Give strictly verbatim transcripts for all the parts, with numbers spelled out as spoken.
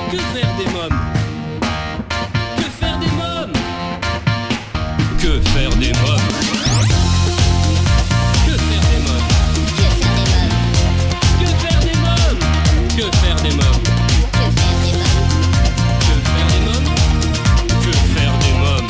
Que faire des mômes? Que faire des mômes? Que faire des mômes? Que faire des mômes? Que faire des mômes? Que faire des mômes? Que faire des mômes? Que faire des mômes?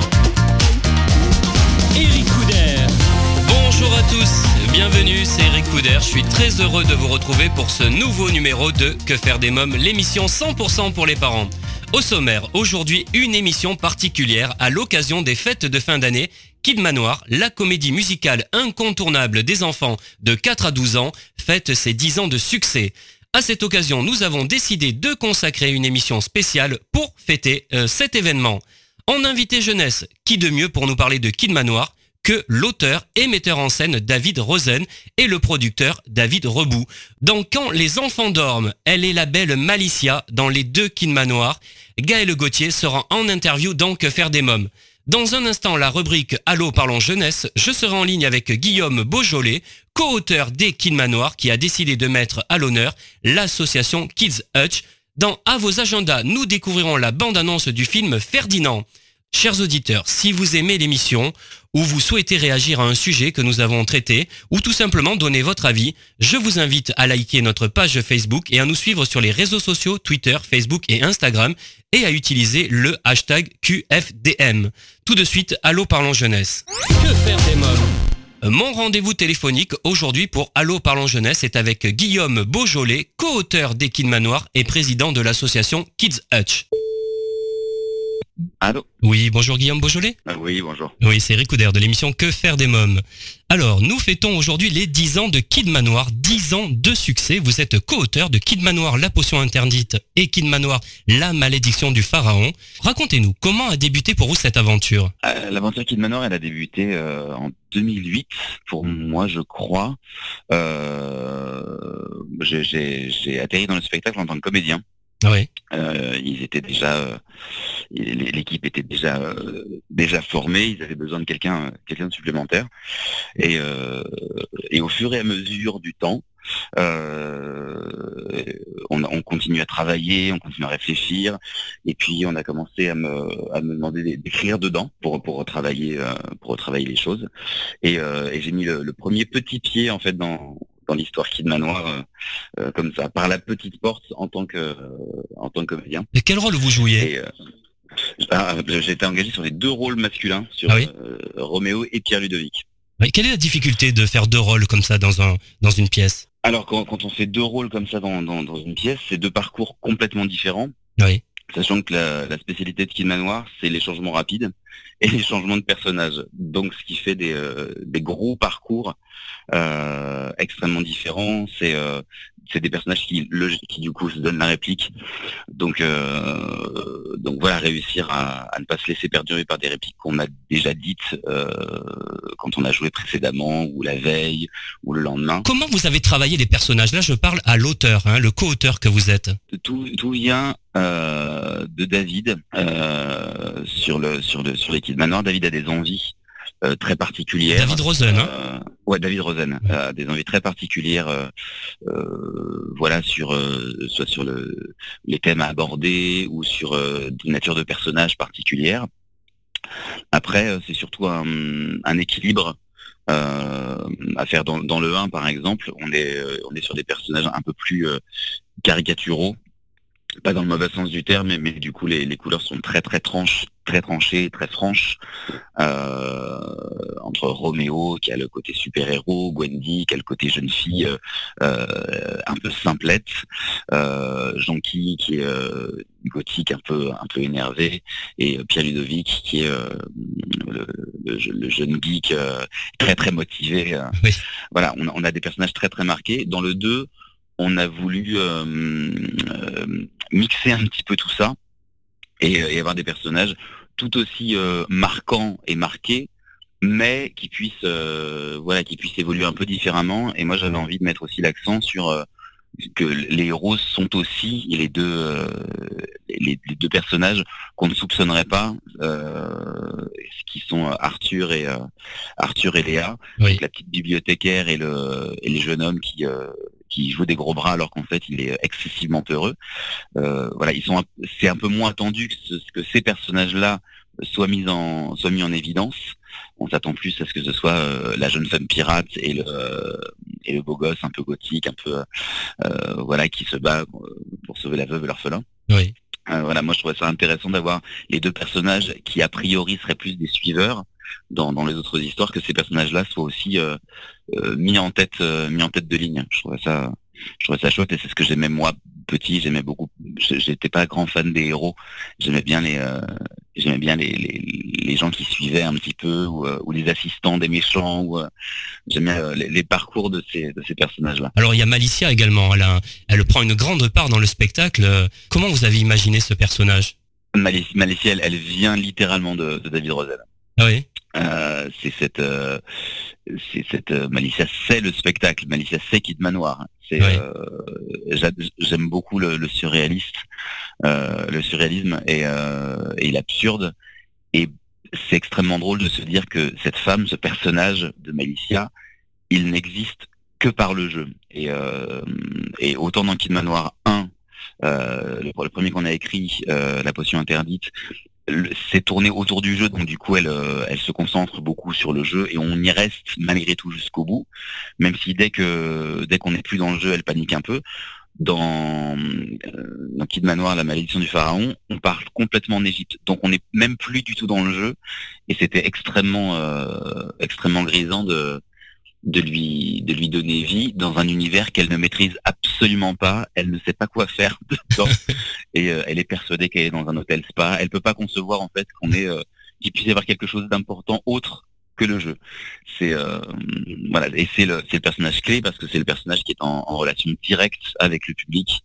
Eric Couder. Bonjour à tous, bienvenue, c'est Eric Couder. Je suis très heureux de vous retrouver pour ce nouveau numéro de Que faire des mômes, l'émission cent pour cent pour les parents. Au sommaire, aujourd'hui, une émission particulière à l'occasion des fêtes de fin d'année. Kid Manoir, la comédie musicale incontournable des enfants de quatre à douze ans, fête ses dix ans de succès. À cette occasion, nous avons décidé de consacrer une émission spéciale pour fêter euh, cet événement. En invité jeunesse, qui de mieux pour nous parler de Kid Manoir que l'auteur et metteur en scène David Rosen et le producteur David Rebout. Dans Quand les enfants dorment, elle est la belle Malicia dans les deux Kid Manoir. Gaël Gauthier sera en interview dans Que faire des mômes. Dans un instant, la rubrique Allô parlons jeunesse, je serai en ligne avec Guillaume Beaujolais, co-auteur des Kid Manoir, qui a décidé de mettre à l'honneur l'association Kids Hutch. Dans À vos agendas, nous découvrirons la bande-annonce du film Ferdinand. Chers auditeurs, si vous aimez l'émission ou vous souhaitez réagir à un sujet que nous avons traité ou tout simplement donner votre avis, je vous invite à liker notre page Facebook et à nous suivre sur les réseaux sociaux Twitter, Facebook et Instagram et à utiliser le hashtag Q F D M. Tout de suite, Allô parlons jeunesse. Que faire des mômes? Mon rendez-vous téléphonique aujourd'hui pour Allô parlons jeunesse est avec Guillaume Beaujolais, co-auteur des Kid Manoir et président de l'association Kids Hutch. Allô? Oui, bonjour Guillaume Beaujolais. Ah oui, bonjour. Oui, c'est Eric Couder de l'émission Que faire des mômes. Alors, nous fêtons aujourd'hui les dix ans de Kid Manoir, dix ans de succès. Vous êtes co-auteur de Kid Manoir, la potion interdite et Kid Manoir, la malédiction du pharaon. Racontez-nous, comment a débuté pour vous cette aventure? euh, L'aventure Kid Manoir, elle a débuté euh, en deux mille huit, pour moi, je crois. Euh, j'ai, j'ai, j'ai atterri dans le spectacle en tant que comédien. Oui. Euh, ils étaient déjà, euh, l'équipe était déjà euh, déjà formée. Ils avaient besoin de quelqu'un, quelqu'un de supplémentaire. Et, euh, et au fur et à mesure du temps, euh, on, on continue à travailler, on continue à réfléchir. Et puis on a commencé à me, à me demander d'écrire dedans pour pour travailler, euh, pour travailler les choses. Et, euh, et j'ai mis le, le premier petit pied en fait dans dans l'histoire Kid Manoir, euh, euh, comme ça, par la petite porte en tant que euh, en tant que comédien. Et quel rôle vous jouiez? Et, euh, ah, j'ai été engagé sur les deux rôles masculins, sur ah oui euh, Roméo et Pierre Ludovic. Oui. Quelle est la difficulté de faire deux rôles comme ça dans un dans une pièce? Alors quand, quand on fait deux rôles comme ça dans, dans, dans une pièce, c'est deux parcours complètement différents. Oui. Sachant que la, la spécialité de Kid Manoir, c'est les changements rapides et les changements de personnages. Donc, ce qui fait des, euh, des gros parcours euh, extrêmement différents. C'est, euh, c'est des personnages qui, le, qui du coup se donnent la réplique. Donc, euh, donc voilà, réussir à, à ne pas se laisser perdurer par des répliques qu'on a déjà dites euh, quand on a joué précédemment ou la veille ou le lendemain. Comment vous avez travaillé les personnages? Là, je parle à l'auteur, hein, le co-auteur que vous êtes. Tout, tout vient euh, de David euh, sur le sur le sur les Kid Manoir. David a des envies euh, très particulières. David Rosen, hein. Euh, ouais, David Rosen Ouais. a des envies très particulières. Euh, euh, voilà, sur euh, soit sur le les thèmes à aborder ou sur euh, des natures de personnages particulières. Après, euh, c'est surtout un, un équilibre. Euh, à faire dans, dans le un par exemple, on est euh, on est sur des personnages un peu plus euh, caricaturaux, pas dans le mauvais sens du terme, mais, mais du coup les, les couleurs sont très très tranches, très tranchées, très franches. Euh, entre Roméo qui a le côté super-héros, Gwendy qui a le côté jeune fille euh, euh, un peu simplette, euh, Jonky qui est euh, gothique, un peu un peu énervé, et euh, Pierre Ludovic qui est euh, le, le, le jeune geek euh, très très motivé. Euh. Oui. Voilà, on a, on a des personnages très très marqués. Dans le deux, on a voulu euh, euh, mixer un petit peu tout ça et, et avoir des personnages tout aussi euh, marquants et marqués, mais qui puissent euh, voilà, qui puissent évoluer un peu différemment. Et moi, j'avais envie de mettre aussi l'accent sur euh, que les héros sont aussi les deux euh, les, les deux personnages qu'on ne soupçonnerait pas, euh, qui sont Arthur et euh, Arthur et Léa, Oui. donc la petite bibliothécaire et le et les jeunes hommes qui euh, qui joue des gros bras alors qu'en fait il est excessivement peureux. Euh, voilà, ils sont, un, c'est un peu moins attendu que, ce, que ces personnages-là soient mis en, soient mis en évidence. On s'attend plus à ce que ce soit euh, la jeune femme pirate et le, euh, et le beau gosse un peu gothique, un peu, euh, voilà, qui se bat pour, pour sauver la veuve et l'orphelin. Oui. Euh, voilà, moi je trouvais ça intéressant d'avoir les deux personnages qui a priori seraient plus des suiveurs dans, dans les autres histoires, que ces personnages-là soient aussi euh, euh, mis en tête, euh, mis en tête de ligne. Je trouvais ça, je trouvais ça chouette et c'est ce que j'aimais moi petit. J'aimais beaucoup. J'étais pas grand fan des héros. J'aimais bien les, euh, j'aimais bien les, les les gens qui suivaient un petit peu ou, euh, ou les assistants des méchants. Ou euh, j'aimais euh, les, les parcours de ces de ces personnages-là. Alors il y a Malicia également. Elle a, elle prend une grande part dans le spectacle. Comment vous avez imaginé ce personnage? Malicia, Malicia elle, elle vient littéralement de, de David Rosel. Ah oui. Euh, c'est cette, euh, c'est cette euh, Malicia, c'est le spectacle. Malicia, c'est Kid Manoir. C'est, oui. euh, j'aime beaucoup le, le surréaliste, euh, le surréalisme et, euh, et l'absurde. Et c'est extrêmement drôle de se dire que cette femme, ce personnage de Malicia, il n'existe que par le jeu. Et, euh, et autant dans Kid Manoir un, euh, le, le premier qu'on a écrit, euh, La Potion Interdite, c'est tourné autour du jeu, donc du coup elle, euh, elle se concentre beaucoup sur le jeu et on y reste malgré tout jusqu'au bout, même si dès que dès qu'on n'est plus dans le jeu, elle panique un peu. Dans, euh, dans Kid Manoir, La Malédiction du Pharaon, on part complètement en Égypte, donc on n'est même plus du tout dans le jeu et c'était extrêmement euh, extrêmement grisant de de lui de lui donner vie dans un univers qu'elle ne maîtrise absolument pas, elle ne sait pas quoi faire dedans et euh, elle est persuadée qu'elle est dans un hôtel spa, elle peut pas concevoir en fait qu'on est euh, qu'il puisse y avoir quelque chose d'important autre que le jeu. C'est euh, voilà, et c'est le c'est le personnage clé parce que c'est le personnage qui est en, en relation directe avec le public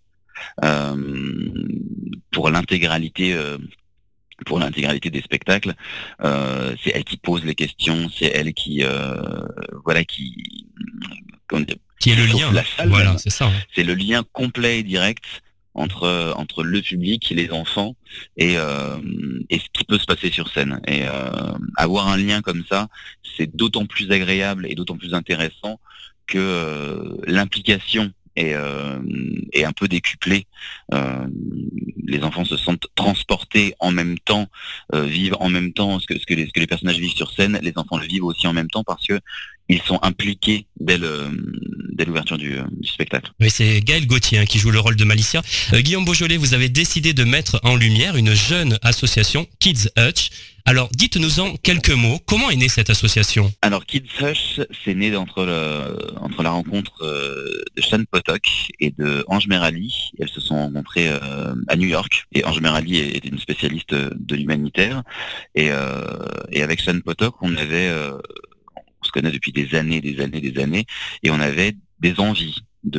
euh, pour l'intégralité euh, pour l'intégralité des spectacles. Euh, c'est elle qui pose les questions, c'est elle qui euh, voilà qui comment dire, qui est le lien. La salle, voilà, même. C'est ça. Hein. C'est le lien complet et direct entre entre le public et les enfants et euh, et ce qui peut se passer sur scène. Et euh, avoir un lien comme ça, c'est d'autant plus agréable et d'autant plus intéressant que euh, l'implication est, euh, est un peu décuplée. Euh, les enfants se sentent transportés en même temps, euh, vivent en même temps ce que, ce, que les, ce que les personnages vivent sur scène. Les enfants le vivent aussi en même temps parce que ils sont impliqués dès, le, dès l'ouverture du, du spectacle. Oui, c'est Gaël Gauthier hein, qui joue le rôle de Malicia. Euh, Guillaume Beaujolais, vous avez décidé de mettre en lumière une jeune association, Kids Hutch. Alors, dites-nous-en quelques mots. Comment est née cette association? Alors, Kids Hutch, c'est né entre, le, entre la rencontre de Sean Potok et de Ange Merali. Elles se sont rencontrées euh, à New York. Et Ange Merali est une spécialiste de l'humanitaire. Et, euh, et avec Sean Potok, on avait... Euh, on se connaît depuis des années, des années, des années, et on avait des envies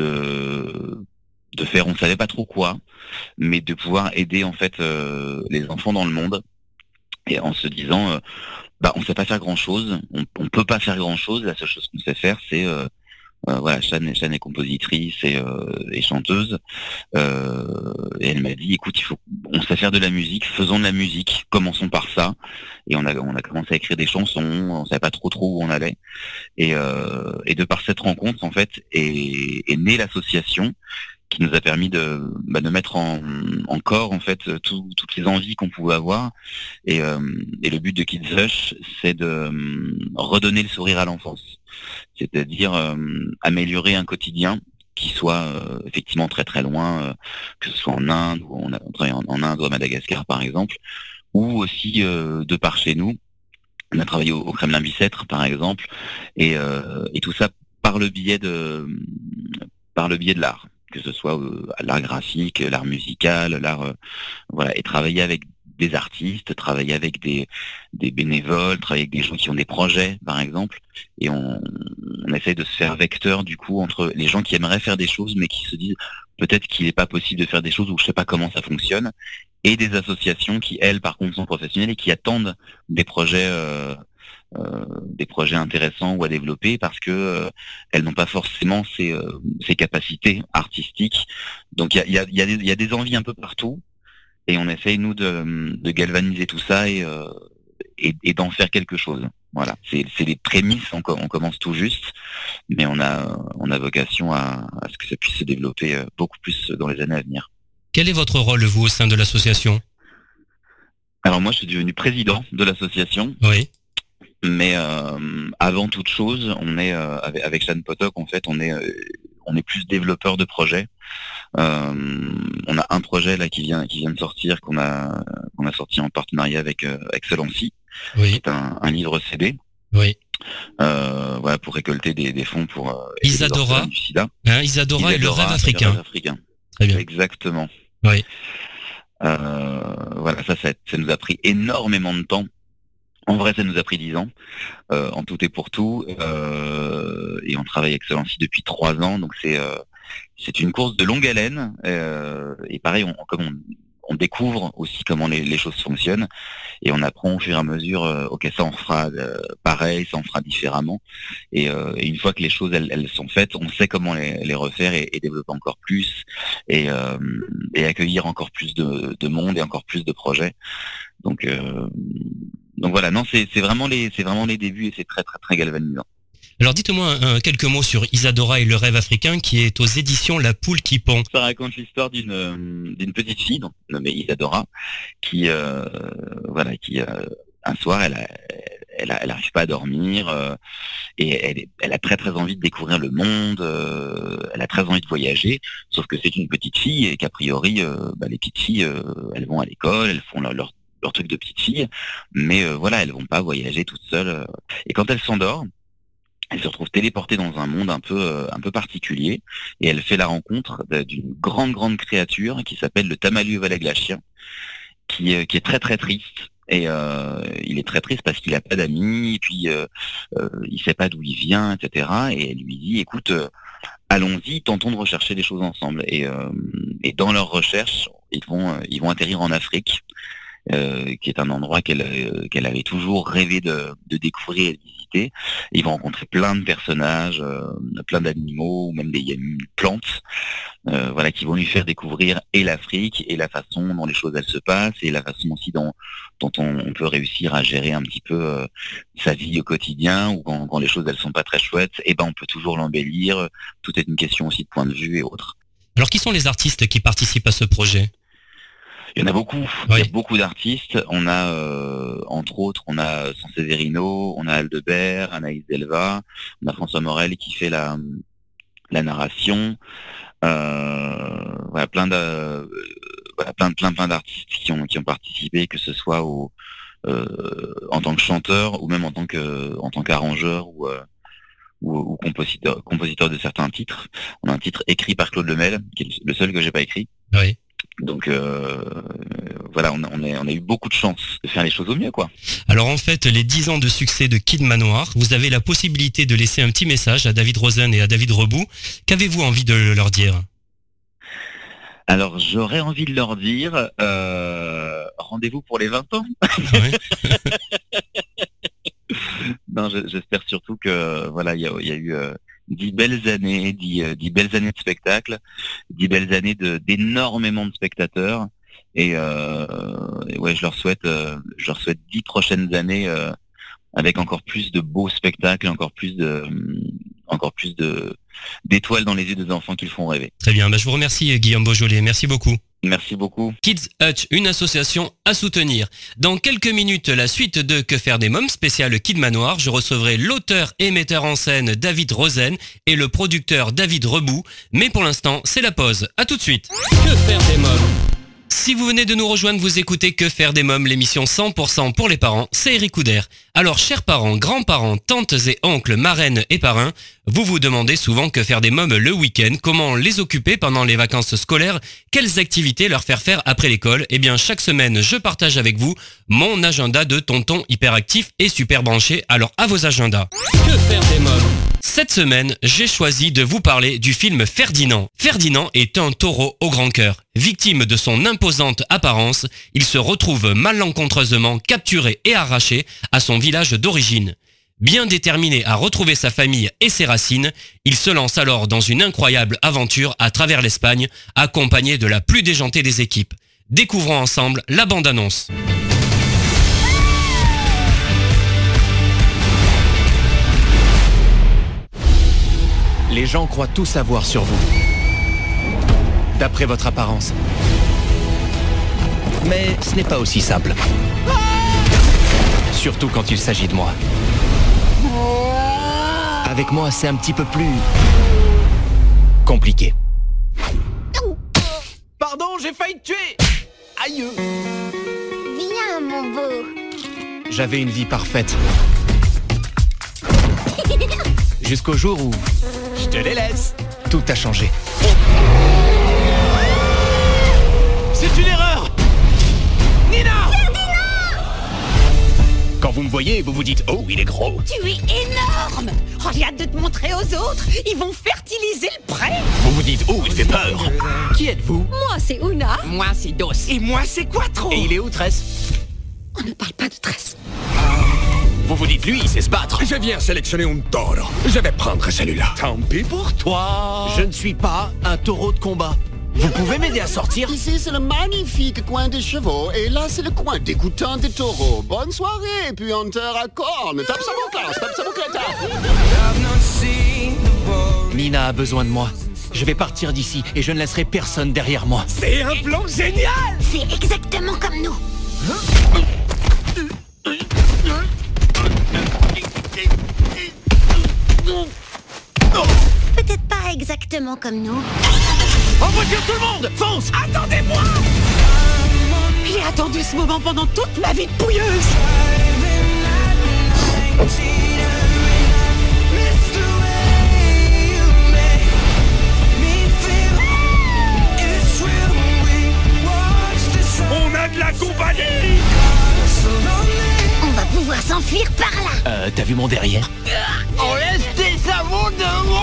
de de faire, on savait pas trop quoi, mais de pouvoir aider en fait euh, les enfants dans le monde, et en se disant, euh, bah on sait pas faire grand chose, on, on peut pas faire grand chose, la seule chose qu'on sait faire, c'est euh, euh, voilà, Jeanne, Jeanne est compositrice et, euh, et chanteuse, euh, et elle m'a dit, écoute, il faut, on sait faire de la musique, faisons de la musique, commençons par ça. Et on a, on a commencé à écrire des chansons, on savait pas trop trop où on allait. Et, euh, et de par cette rencontre, en fait, est, est née l'association qui nous a permis de, bah, de mettre en, en corps, en fait, tout, toutes les envies qu'on pouvait avoir. Et, euh, et le but de Kids Hutch, c'est de euh, redonner le sourire à l'enfance. C'est-à-dire euh, améliorer un quotidien qui soit euh, effectivement très très loin, euh, que ce soit en Inde, ou on a travaillé en, en Inde ou à Madagascar par exemple, ou aussi euh, de par chez nous. On a travaillé au, au Kremlin-Bicêtre par exemple, et, euh, et tout ça par le biais de par le biais de l'art, que ce soit euh, l'art graphique, l'art musical, l'art euh, voilà, et travailler avec des artistes, travailler avec des, des bénévoles, travailler avec des gens qui ont des projets, par exemple, et on, on essaye de se faire vecteur, du coup, entre les gens qui aimeraient faire des choses, mais qui se disent peut-être qu'il n'est pas possible de faire des choses ou je sais pas comment ça fonctionne, et des associations qui, elles, par contre, sont professionnelles et qui attendent des projets, euh, euh, des projets intéressants ou à développer parce que euh, elles n'ont pas forcément ces, euh, ces capacités artistiques. Donc, il y a, y, a, y, a y a des envies un peu partout. Et on essaye, nous, de, de galvaniser tout ça et, euh, et, et d'en faire quelque chose. Voilà, c'est, c'est les prémices, on, on commence tout juste, mais on a, on a vocation à, à ce que ça puisse se développer beaucoup plus dans les années à venir. Quel est votre rôle, vous, au sein de l'association ? Alors moi, je suis devenu président de l'association. Oui. Mais euh, avant toute chose, on est euh, avec, avec Jeanne Potok, en fait, on est euh, on est plus développeur de projets. Euh, on a un projet là qui vient qui vient de sortir, qu'on a qu'on a sorti en partenariat avec euh, Excellency, oui. qui est un, un livre C D. Oui. Euh, voilà, pour récolter des, des fonds pour euh, Isadora, du SIDA. Hein, Isadora, Isadora et le rêve africain. Le rêve africain. Très bien. Exactement. Oui. Euh, voilà, ça, ça, ça nous a pris énormément de temps. En vrai, ça nous a pris dix ans, euh, en tout et pour tout, euh, et on travaille avec Excellency depuis trois ans, donc c'est euh, c'est une course de longue haleine, euh, et pareil, on, comme on, on découvre aussi comment les, les choses fonctionnent, et on apprend au fur et à mesure, euh, ok, ça on fera euh, pareil, ça on fera différemment, et, euh, et une fois que les choses elles, elles sont faites, on sait comment les, les refaire et, et développer encore plus, et, euh, et accueillir encore plus de, de monde et encore plus de projets. Donc euh, Donc voilà, non, c'est, c'est vraiment les, c'est vraiment les débuts et c'est très très très galvanisant. Alors dites-moi euh, quelques mots sur Isadora et le rêve africain, qui est aux éditions La Poule qui pond. Ça raconte l'histoire d'une euh, d'une petite fille donc, nommée Isadora, qui euh, voilà, qui euh, un soir elle a, elle a, elle arrive pas à dormir euh, et elle, est, elle a très très envie de découvrir le monde, euh, elle a très envie de voyager, sauf que c'est une petite fille et qu'a priori euh, bah, les petites filles euh, elles vont à l'école, elles font leur, leur leur truc de petite fille, mais euh, voilà, elles vont pas voyager toutes seules. Euh. Et quand elle s'endort, elle se retrouve téléportée dans un monde un peu euh, un peu particulier, et elle fait la rencontre d'une grande grande créature qui s'appelle le Tamalu valaglachien, qui euh, qui est très très triste. Et euh, il est très triste parce qu'il a pas d'amis, et puis euh, euh, il sait pas d'où il vient, et cetera. Et elle lui dit, écoute, euh, allons-y, tentons de rechercher des choses ensemble. Et, euh, et dans leur recherche, ils vont euh, ils vont atterrir en Afrique. Euh, qui est un endroit qu'elle euh, qu'elle avait toujours rêvé de, de découvrir et de visiter. Et ils vont rencontrer plein de personnages, euh, plein d'animaux, ou même des plantes, euh, voilà, qui vont lui faire découvrir et l'Afrique, et la façon dont les choses elles se passent, et la façon aussi dont, dont on, on peut réussir à gérer un petit peu euh, sa vie au quotidien, ou quand, quand les choses elles sont pas très chouettes, et ben on peut toujours l'embellir. Tout est une question aussi de point de vue et autres. Alors qui sont les artistes qui participent à ce projet ? Il y en a beaucoup, oui. Il y a beaucoup d'artistes. On a, euh, entre autres, on a Sanseverino, on a Aldebert, Anaïs Delva, on a François Morel qui fait la, la narration. Euh, voilà, plein de, euh, voilà, plein, plein, plein d'artistes qui ont, qui ont participé, que ce soit au, euh, en tant que chanteur ou même en tant que, en tant qu'arrangeur ou, euh, ou, ou compositeur, compositeur de certains titres. On a un titre écrit par Claude Lemel, qui est le seul que j'ai pas écrit. Oui. Donc euh, voilà, on a, on, a, on a eu beaucoup de chance de faire les choses au mieux, quoi. Alors en fait, les dix ans de succès de Kid Manoir, vous avez la possibilité de laisser un petit message à David Rosen et à David Rebout. Qu'avez-vous envie de leur dire ? Alors j'aurais envie de leur dire, euh, rendez-vous pour les vingt ans. Ouais. Non, j'espère surtout que voilà, il y a, y a eu euh, dix belles années, dix, euh, dix belles années de spectacle, dix belles années de, d'énormément de spectateurs, et, euh, et ouais, je leur souhaite, euh, je leur souhaite dix prochaines années euh, avec encore plus de beaux spectacles, encore plus de, euh, encore plus de d'étoiles dans les yeux des enfants qui le font rêver. Très bien, bah, je vous remercie Guillaume Beaujolais, merci beaucoup. Merci beaucoup. Kids Hutch, une association à soutenir. Dans quelques minutes, la suite de Que faire des mômes, spécial Kid Manoir. Je recevrai l'auteur et metteur en scène David Rosen et le producteur David Rebout. Mais pour l'instant, c'est la pause. À tout de suite. Que faire des mômes ? Si vous venez de nous rejoindre, vous écoutez Que faire des mômes, l'émission cent pour cent pour les parents, c'est Eric Couder. Alors, chers parents, grands-parents, tantes et oncles, marraines et parrains, vous vous demandez souvent que faire des mômes le week-end, comment les occuper pendant les vacances scolaires, quelles activités leur faire faire après l'école. Eh bien, chaque semaine, je partage avec vous mon agenda de tonton hyperactif et super branché. Alors, à vos agendas. Que faire des mômes ? Cette semaine, j'ai choisi de vous parler du film Ferdinand. Ferdinand est un taureau au grand cœur. Victime de son imposante apparence, il se retrouve malencontreusement capturé et arraché à son village d'origine. Bien déterminé à retrouver sa famille et ses racines, il se lance alors dans une incroyable aventure à travers l'Espagne, accompagné de la plus déjantée des équipes. Découvrons ensemble la bande-annonce. Les gens croient tout savoir sur vous, d'après votre apparence. Mais ce n'est pas aussi simple. Surtout quand il s'agit de moi. Avec moi, c'est un petit peu plus... compliqué. Pardon, j'ai failli te tuer. Aïe. Viens, mon beau. J'avais une vie parfaite. Jusqu'au jour où... je te les laisse. Tout a changé. C'est une erreur. Nina! Quand vous me voyez, vous vous dites « Oh, il est gros !» Tu es énorme! Oh, j'ai hâte de te montrer aux autres. Ils vont fertiliser le pré. Vous vous dites « Oh, il fait peur !» Qui êtes-vous? Moi, c'est Una. Moi, c'est Dos. Et moi, c'est Quattro. Et il est où, Tress? On ne parle pas de Tress. Vous vous dites « Lui, il sait se battre !» Je viens sélectionner un taureau. Je vais prendre celui-là. Tant pis pour toi. Je ne suis pas un taureau de combat. Vous pouvez m'aider à sortir? Ici, c'est le magnifique coin des chevaux, et là, c'est le coin dégoûtant des taureaux. Bonne soirée, puanteur à cornes. Tape sa boucle, tape sa boucle. Nina a besoin de moi. Je vais partir d'ici et je ne laisserai personne derrière moi. C'est un plan génial! C'est exactement comme nous. Peut-être pas exactement comme nous. En voiture, tout le monde! Fonce! Attendez-moi! J'ai attendu ce moment pendant toute ma vie de pouilleuse. On a de la compagnie! On va pouvoir s'enfuir par là. Euh, t'as vu mon derrière? On laisse tes savons de moi!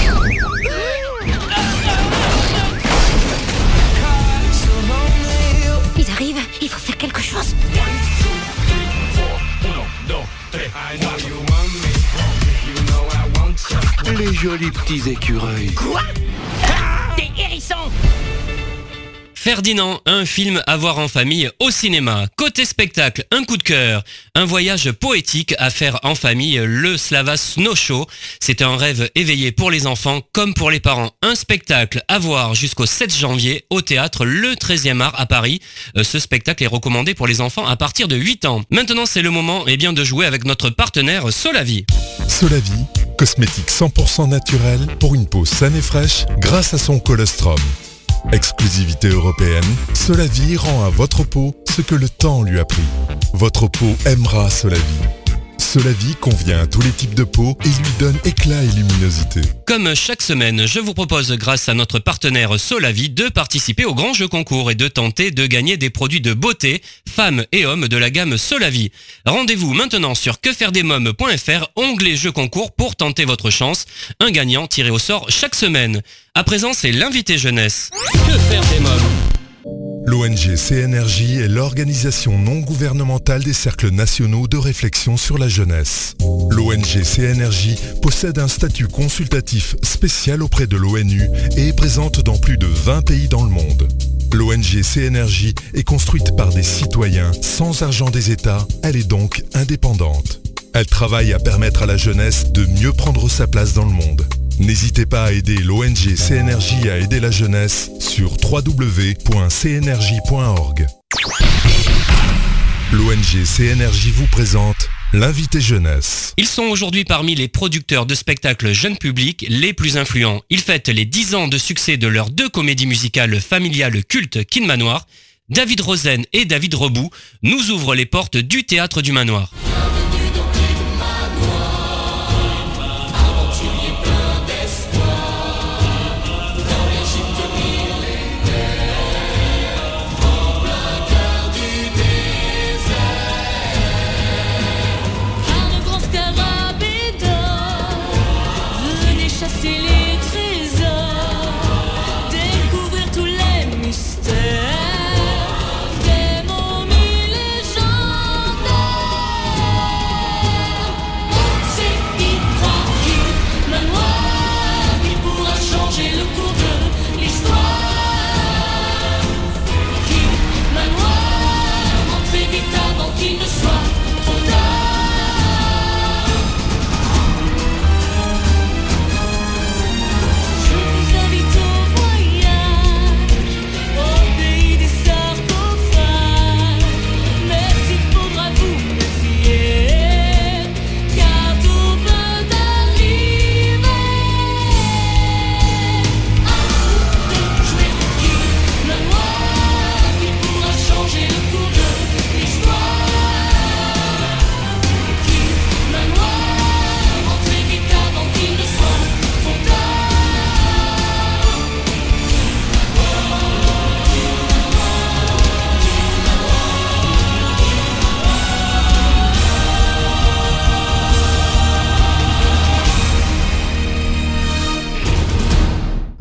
Ils arrivent, il faut faire quelque chose. Les jolis petits écureuils. Quoi? Des hérissons! Ferdinand, un film à voir en famille au cinéma. Côté spectacle, un coup de cœur. Un voyage poétique à faire en famille, le Slava Snow Show. C'est un rêve éveillé pour les enfants comme pour les parents. Un spectacle à voir jusqu'au sept janvier au théâtre Le treizième art à Paris. Ce spectacle est recommandé pour les enfants à partir de huit ans. Maintenant, c'est le moment eh bien, de jouer avec notre partenaire Solavi. Solavi, cosmétique cent pour cent naturel pour une peau saine et fraîche grâce à son colostrum. Exclusivité européenne, Solavi rend à votre peau ce que le temps lui a pris. Votre peau aimera Solavi. Solavi convient à tous les types de peau et lui donne éclat et luminosité. Comme chaque semaine, je vous propose, grâce à notre partenaire Solavi, de participer au grand jeu concours et de tenter de gagner des produits de beauté, femmes et hommes de la gamme Solavi. Rendez-vous maintenant sur que faire des mômes point f r, onglet jeu concours pour tenter votre chance. Un gagnant tiré au sort chaque semaine. À présent, c'est l'invité jeunesse. Que faire des mômes ? L'O N G C N R J est l'organisation non gouvernementale des cercles nationaux de réflexion sur la jeunesse. L'O N G C N R J possède un statut consultatif spécial auprès de l'O N U et est présente dans plus de vingt pays dans le monde. L'O N G C N R J est construite par des citoyens sans argent des États, elle est donc indépendante. Elle travaille à permettre à la jeunesse de mieux prendre sa place dans le monde. N'hésitez pas à aider l'O N G C N R J à aider la jeunesse sur w w w point c n r j point org. L'O N G C N R J vous présente l'invité jeunesse. Ils sont aujourd'hui parmi les producteurs de spectacles jeunes publics les plus influents. Ils fêtent les dix ans de succès de leurs deux comédies musicales familiales cultes Kin Manoir. David Rosen et David Rebout nous ouvrent les portes du théâtre du Manoir.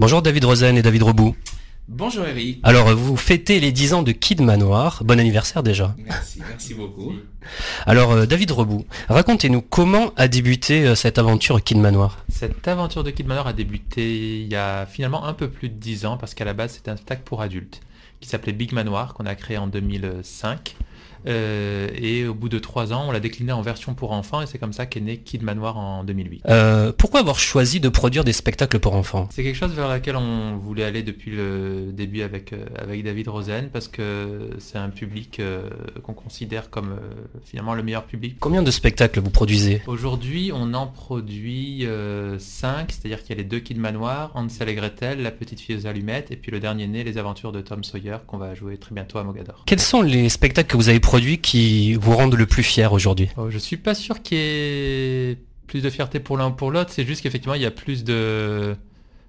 Bonjour David Rosen et David Rebout. Bonjour Eric. Alors vous fêtez les dix ans de Kid Manoir, bon anniversaire déjà. Merci, merci beaucoup. Alors euh, David Rebout, racontez-nous comment a débuté euh, cette aventure Kid Manoir. Cette aventure de Kid Manoir a débuté il y a finalement un peu plus de dix ans parce qu'à la base c'était un spectacle pour adultes qui s'appelait Big Manoir qu'on a créé en deux mille cinq. Euh, et au bout de trois ans, on l'a décliné en version pour enfants et c'est comme ça qu'est né Kid Manoir en deux mille huit. Euh, pourquoi avoir choisi de produire des spectacles pour enfants ? C'est quelque chose vers lequel on voulait aller depuis le début avec, euh, avec David Rosen parce que c'est un public euh, qu'on considère comme euh, finalement le meilleur public. Combien de spectacles vous produisez ? Aujourd'hui, on en produit euh, cinq, c'est-à-dire qu'il y a les deux Kid Manoir, Hansel et Gretel, La petite fille aux allumettes et puis le dernier né, Les aventures de Tom Sawyer qu'on va jouer très bientôt à Mogador. Quels sont les spectacles que vous avez produits qui vous rendent le plus fier aujourd'hui ? Oh, je suis pas sûr qu'il y ait plus de fierté pour l'un ou pour l'autre, c'est juste qu'effectivement il y a plus de,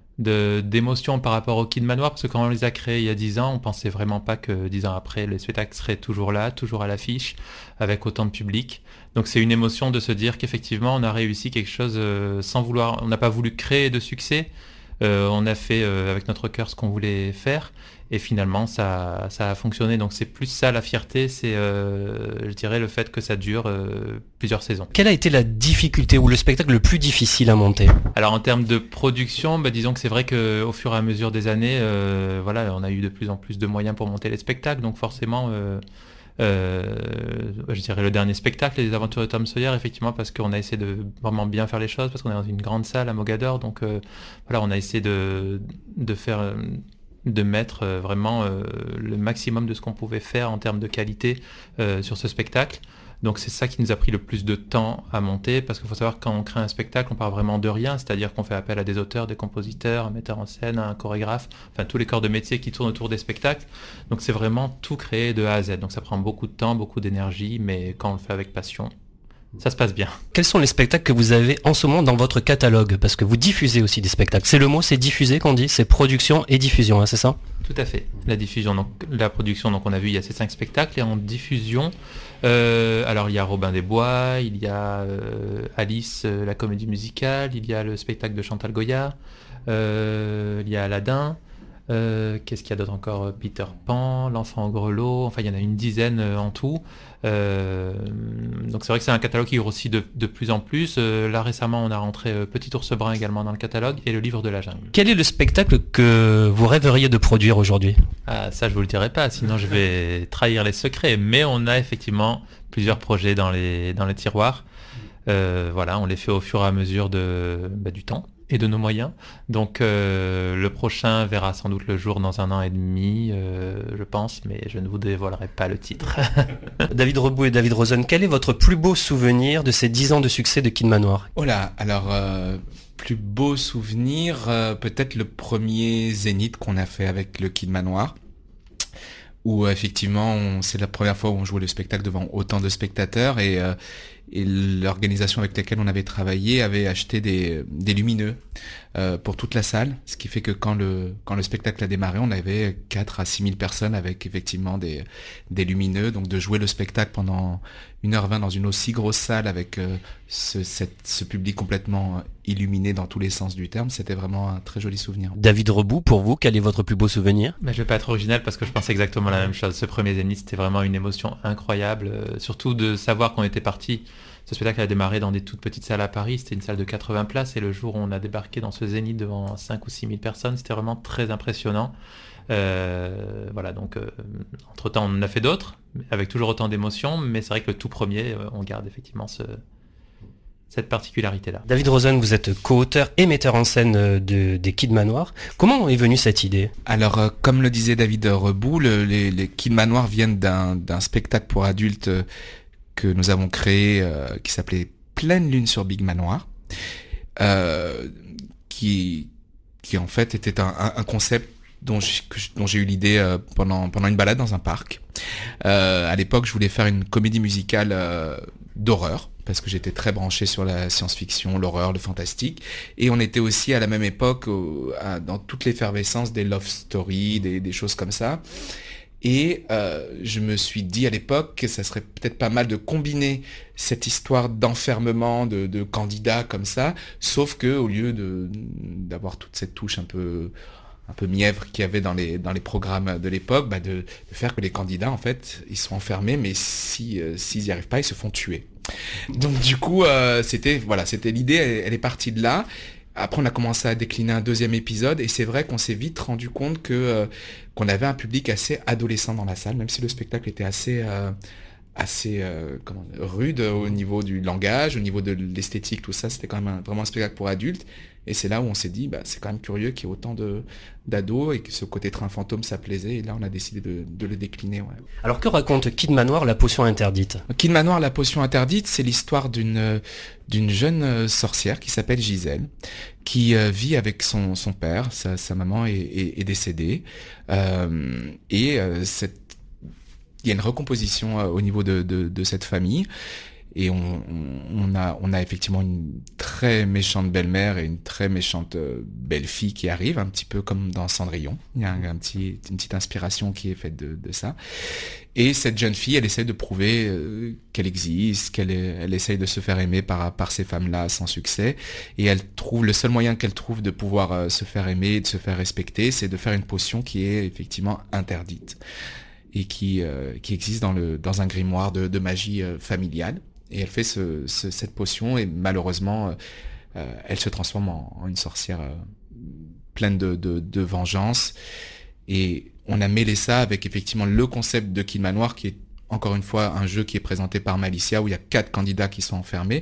de d'émotions par rapport au Kid Manoir, parce que quand on les a créés il y a dix ans, on pensait vraiment pas que dix ans après, les spectacles seraient toujours là, toujours à l'affiche, avec autant de public. Donc c'est une émotion de se dire qu'effectivement on a réussi quelque chose euh, sans vouloir, on n'a pas voulu créer de succès, euh, on a fait euh, avec notre cœur ce qu'on voulait faire. Et finalement, ça, ça a fonctionné. Donc c'est plus ça la fierté, c'est, euh, je dirais, le fait que ça dure euh, plusieurs saisons. Quelle a été la difficulté ou le spectacle le plus difficile à monter ? Alors en termes de production, bah, disons que c'est vrai qu'au fur et à mesure des années, euh, voilà, on a eu de plus en plus de moyens pour monter les spectacles. Donc forcément, euh, euh, je dirais le dernier spectacle, Les aventures de Tom Sawyer, effectivement, parce qu'on a essayé de vraiment bien faire les choses, parce qu'on est dans une grande salle à Mogador. Donc euh, voilà, on a essayé de, de faire... Euh, de mettre euh, vraiment euh, le maximum de ce qu'on pouvait faire en termes de qualité euh, sur ce spectacle. Donc c'est ça qui nous a pris le plus de temps à monter, parce qu'il faut savoir que quand on crée un spectacle, on part vraiment de rien, c'est-à-dire qu'on fait appel à des auteurs, des compositeurs, un metteur en scène, un chorégraphe, enfin tous les corps de métier qui tournent autour des spectacles. Donc c'est vraiment tout créé de A à Z. Donc ça prend beaucoup de temps, beaucoup d'énergie, mais quand on le fait avec passion, ça se passe bien. Quels sont les spectacles que vous avez en ce moment dans votre catalogue ? Parce que vous diffusez aussi des spectacles. C'est le mot, c'est diffuser qu'on dit, c'est production et diffusion, hein, c'est ça ? Tout à fait. La diffusion, donc la production, donc on a vu il y a ces cinq spectacles, et en diffusion, euh, alors il y a Robin des Bois, il y a euh, Alice, euh, la comédie musicale, il y a le spectacle de Chantal Goya, euh, il y a Aladdin. Euh, qu'est-ce qu'il y a d'autre encore ? Peter Pan, L'Enfant au grelot, enfin il y en a une dizaine euh, en tout. Euh, donc c'est vrai que c'est un catalogue qui grossit de, de plus en plus. Euh, là récemment on a rentré euh, Petit ours brun également dans le catalogue et Le livre de la jungle. Quel est le spectacle que vous rêveriez de produire aujourd'hui ? Ah, ça je vous le dirai pas, sinon je vais trahir les secrets. Mais on a effectivement plusieurs projets dans les, dans les tiroirs. Euh, voilà, on les fait au fur et à mesure de, bah, du temps et de nos moyens. Donc euh, le prochain verra sans doute le jour dans un an et demi, euh, je pense, mais je ne vous dévoilerai pas le titre. David Rebout et David Rosen, quel est votre plus beau souvenir de ces dix ans de succès de Kid Manoir ? Oh là, alors euh, plus beau souvenir, euh, peut-être le premier Zénith qu'on a fait avec le Kid Manoir, où effectivement on, c'est la première fois où on jouait le spectacle devant autant de spectateurs, et euh, et l'organisation avec laquelle on avait travaillé avait acheté des, des lumineux euh, pour toute la salle, ce qui fait que quand le, quand le spectacle a démarré, on avait quatre à six mille personnes avec effectivement des, des lumineux. Donc de jouer le spectacle pendant une heure vingt dans une aussi grosse salle avec euh, ce, cette, ce public complètement illuminé dans tous les sens du terme, c'était vraiment un très joli souvenir. David Rebout, pour vous, quel est votre plus beau souvenir ? Mais je vais pas être original parce que je pense exactement la même chose. Ce premier Zénith, c'était vraiment une émotion incroyable, euh, surtout de savoir qu'on était parti. Ce spectacle a démarré dans des toutes petites salles à Paris, c'était une salle de quatre-vingts places, et le jour où on a débarqué dans ce Zénith devant cinq ou six mille personnes, c'était vraiment très impressionnant. Euh, voilà, donc euh, entre-temps on en a fait d'autres, avec toujours autant d'émotions, mais c'est vrai que le tout premier, euh, on garde effectivement ce, cette particularité-là. David Rosen, vous êtes co-auteur et metteur en scène de, des Kid Manoir. Comment est venue cette idée ? Alors, euh, comme le disait David Rebout, le, les, les Kid Manoir viennent d'un, d'un spectacle pour adultes euh, que nous avons créé, euh, qui s'appelait Pleine Lune sur Big Manoir, euh, qui, qui en fait était un, un, un concept dont j'ai, que, dont j'ai eu l'idée euh, pendant, pendant une balade dans un parc. Euh, à l'époque, je voulais faire une comédie musicale euh, d'horreur, parce que j'étais très branché sur la science-fiction, l'horreur, le fantastique. Et on était aussi à la même époque au, à, dans toute l'effervescence des love stories, des, des choses comme ça. Et euh, je me suis dit à l'époque que ça serait peut-être pas mal de combiner cette histoire d'enfermement de, de candidats comme ça, sauf que au lieu de d'avoir toute cette touche un peu un peu mièvre qu'il y avait dans les dans les programmes de l'époque, bah de, de faire que les candidats en fait ils sont enfermés, mais si euh, s'ils y arrivent pas, ils se font tuer. Donc du coup, euh, c'était voilà, c'était l'idée, elle, elle est partie de là. Après, on a commencé à décliner un deuxième épisode et c'est vrai qu'on s'est vite rendu compte que euh, qu'on avait un public assez adolescent dans la salle, même si le spectacle était assez euh, assez euh, comment, rude au niveau du langage, au niveau de l'esthétique, tout ça, c'était quand même un, vraiment un spectacle pour adultes. Et c'est là où on s'est dit, bah, c'est quand même curieux qu'il y ait autant de, d'ados et que ce côté train fantôme, ça plaisait. Et là, on a décidé de, de le décliner. Ouais. Alors que raconte Kid Manoir, la potion interdite ? Kid Manoir, la potion interdite, c'est l'histoire d'une, d'une jeune sorcière qui s'appelle Gisèle, qui euh, vit avec son, son père. Sa, sa maman est, est, est décédée. Euh, et euh, cette, il y a une recomposition euh, au niveau de, de, de cette famille. Et on, on, a, on a effectivement une très méchante belle-mère et une très méchante euh, belle-fille qui arrive, un petit peu comme dans Cendrillon. Il y a un, un petit, une petite inspiration qui est faite de, de ça. Et cette jeune fille, elle essaie de prouver euh, qu'elle existe, qu'elle est, elle essaye de se faire aimer par, par ces femmes-là sans succès. Et elle trouve, le seul moyen qu'elle trouve de pouvoir euh, se faire aimer, de se faire respecter, c'est de faire une potion qui est effectivement interdite. Et qui, euh, qui existe dans, le, dans un grimoire de, de magie euh, familiale. Et elle fait ce, ce, cette potion et malheureusement, euh, elle se transforme en, en une sorcière euh, pleine de, de, de vengeance. Et on a mêlé ça avec effectivement le concept de Kid Manoir, qui est encore une fois un jeu qui est présenté par Malicia, où il y a quatre candidats qui sont enfermés.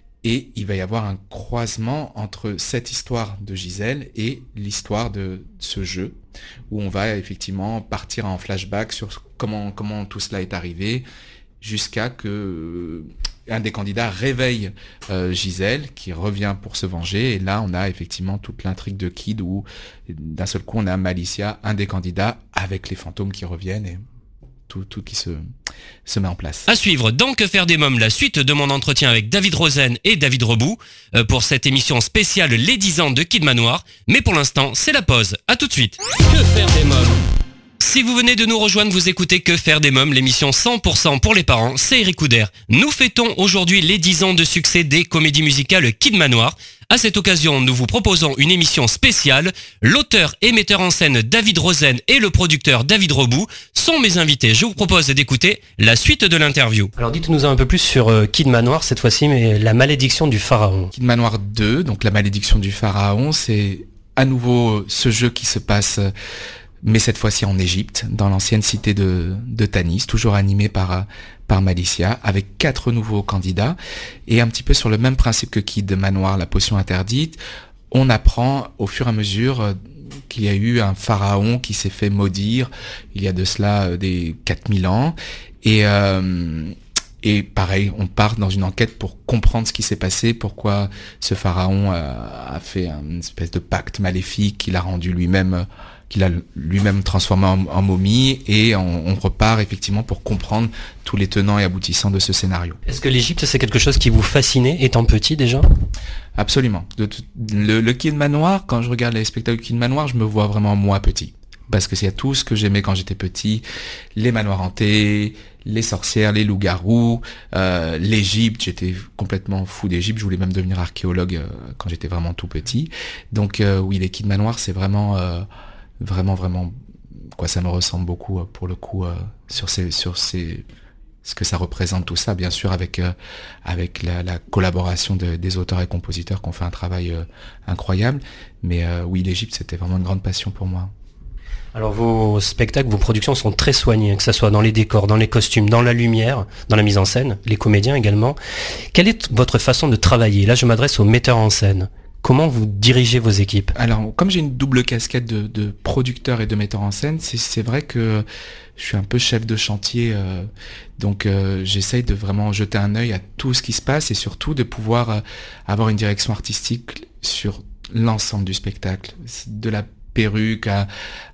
Et il va y avoir un croisement entre cette histoire de Gisèle et l'histoire de ce jeu, où on va effectivement partir en flashback sur comment, comment tout cela est arrivé, jusqu'à que euh, un des candidats réveille euh, Gisèle, qui revient pour se venger. Et là, on a effectivement toute l'intrigue de Kid, où d'un seul coup, on a Malicia, un des candidats, avec les fantômes qui reviennent, et tout, tout qui se, se met en place. À suivre dans Que faire des mômes, la suite de mon entretien avec David Rosen et David Rebout euh, pour cette émission spéciale Les dix ans de Kid Manoir. Mais pour l'instant, c'est la pause. À tout de suite. Que faire des mômes ? Si vous venez de nous rejoindre, vous écoutez Que faire des mômes, l'émission cent pour cent pour les parents, c'est Eric Couder. Nous fêtons aujourd'hui les dix ans de succès des comédies musicales Kid Manoir. À cette occasion, nous vous proposons une émission spéciale. L'auteur et metteur en scène David Rosen et le producteur David Rebout sont mes invités. Je vous propose d'écouter la suite de l'interview. Alors dites-nous un peu plus sur euh, Kid Manoir cette fois-ci, mais la malédiction du pharaon. Kid Manoir deux, donc la malédiction du pharaon, c'est à nouveau ce jeu qui se passe... mais cette fois-ci en Égypte, dans l'ancienne cité de, de Tanis, toujours animée par, par Malicia, avec quatre nouveaux candidats, et un petit peu sur le même principe que Kid Manoir, la potion interdite, on apprend au fur et à mesure qu'il y a eu un pharaon qui s'est fait maudire, il y a de cela des quatre mille ans, et... Euh, Et pareil, on part dans une enquête pour comprendre ce qui s'est passé, pourquoi ce pharaon a, a fait une espèce de pacte maléfique qu'il a rendu lui-même, qu'il a lui-même transformé en, en momie, et on, on repart effectivement pour comprendre tous les tenants et aboutissants de ce scénario. Est-ce que l'Égypte, c'est quelque chose qui vous fascinait étant petit déjà ? Absolument. De, le, le Kid Manoir, quand je regarde les spectacles Kid Manoir, je me vois vraiment moi petit. Parce que c'est tout ce que j'aimais quand j'étais petit, les manoirs hantés, les sorcières, les loups-garous, euh, l'Égypte, j'étais complètement fou d'Égypte, je voulais même devenir archéologue euh, quand j'étais vraiment tout petit. Donc euh, oui, les Kid Manoir, c'est vraiment, euh, vraiment, vraiment, quoi, ça me ressemble beaucoup euh, pour le coup euh, sur ces, sur ces, ce que ça représente tout ça, bien sûr avec euh, avec la, la collaboration de, des auteurs et compositeurs qui ont fait un travail euh, incroyable. Mais euh, oui, l'Égypte, c'était vraiment une grande passion pour moi. Alors vos spectacles, vos productions sont très soignées, que ce soit dans les décors, dans les costumes, dans la lumière, dans la mise en scène, les comédiens également. Quelle est votre façon de travailler ? Là, je m'adresse aux metteurs en scène. Comment vous dirigez vos équipes ? Alors, comme j'ai une double casquette de, de producteur et de metteur en scène, c'est, c'est vrai que je suis un peu chef de chantier, euh, donc euh, j'essaye de vraiment jeter un œil à tout ce qui se passe et surtout de pouvoir euh, avoir une direction artistique sur l'ensemble du spectacle, de la perruque à,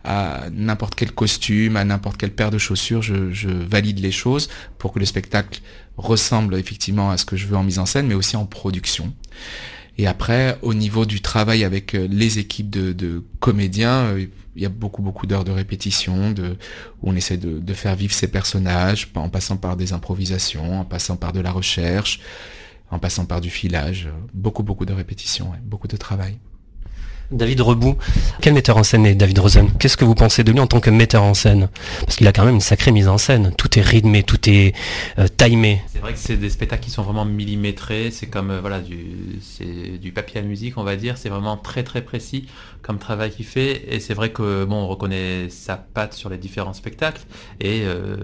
à n'importe quel costume, à n'importe quelle paire de chaussures, je, je valide les choses pour que le spectacle ressemble effectivement à ce que je veux en mise en scène, mais aussi en production. Et après, au niveau du travail avec les équipes de, de comédiens, il y a beaucoup beaucoup d'heures de répétition, de, où on essaie de, de faire vivre ces personnages, en passant par des improvisations, en passant par de la recherche, en passant par du filage. Beaucoup beaucoup de répétitions, ouais, beaucoup de travail. David Reboux, quel metteur en scène est David Rosen? Qu'est-ce que vous pensez de lui en tant que metteur en scène? Parce qu'il a quand même une sacrée mise en scène. Tout est rythmé, tout est euh, timé. C'est vrai que c'est des spectacles qui sont vraiment millimétrés. C'est comme euh, voilà du, c'est du papier à musique, on va dire. C'est vraiment très très précis comme travail qu'il fait. Et c'est vrai que bon, on reconnaît sa patte sur les différents spectacles. Et euh,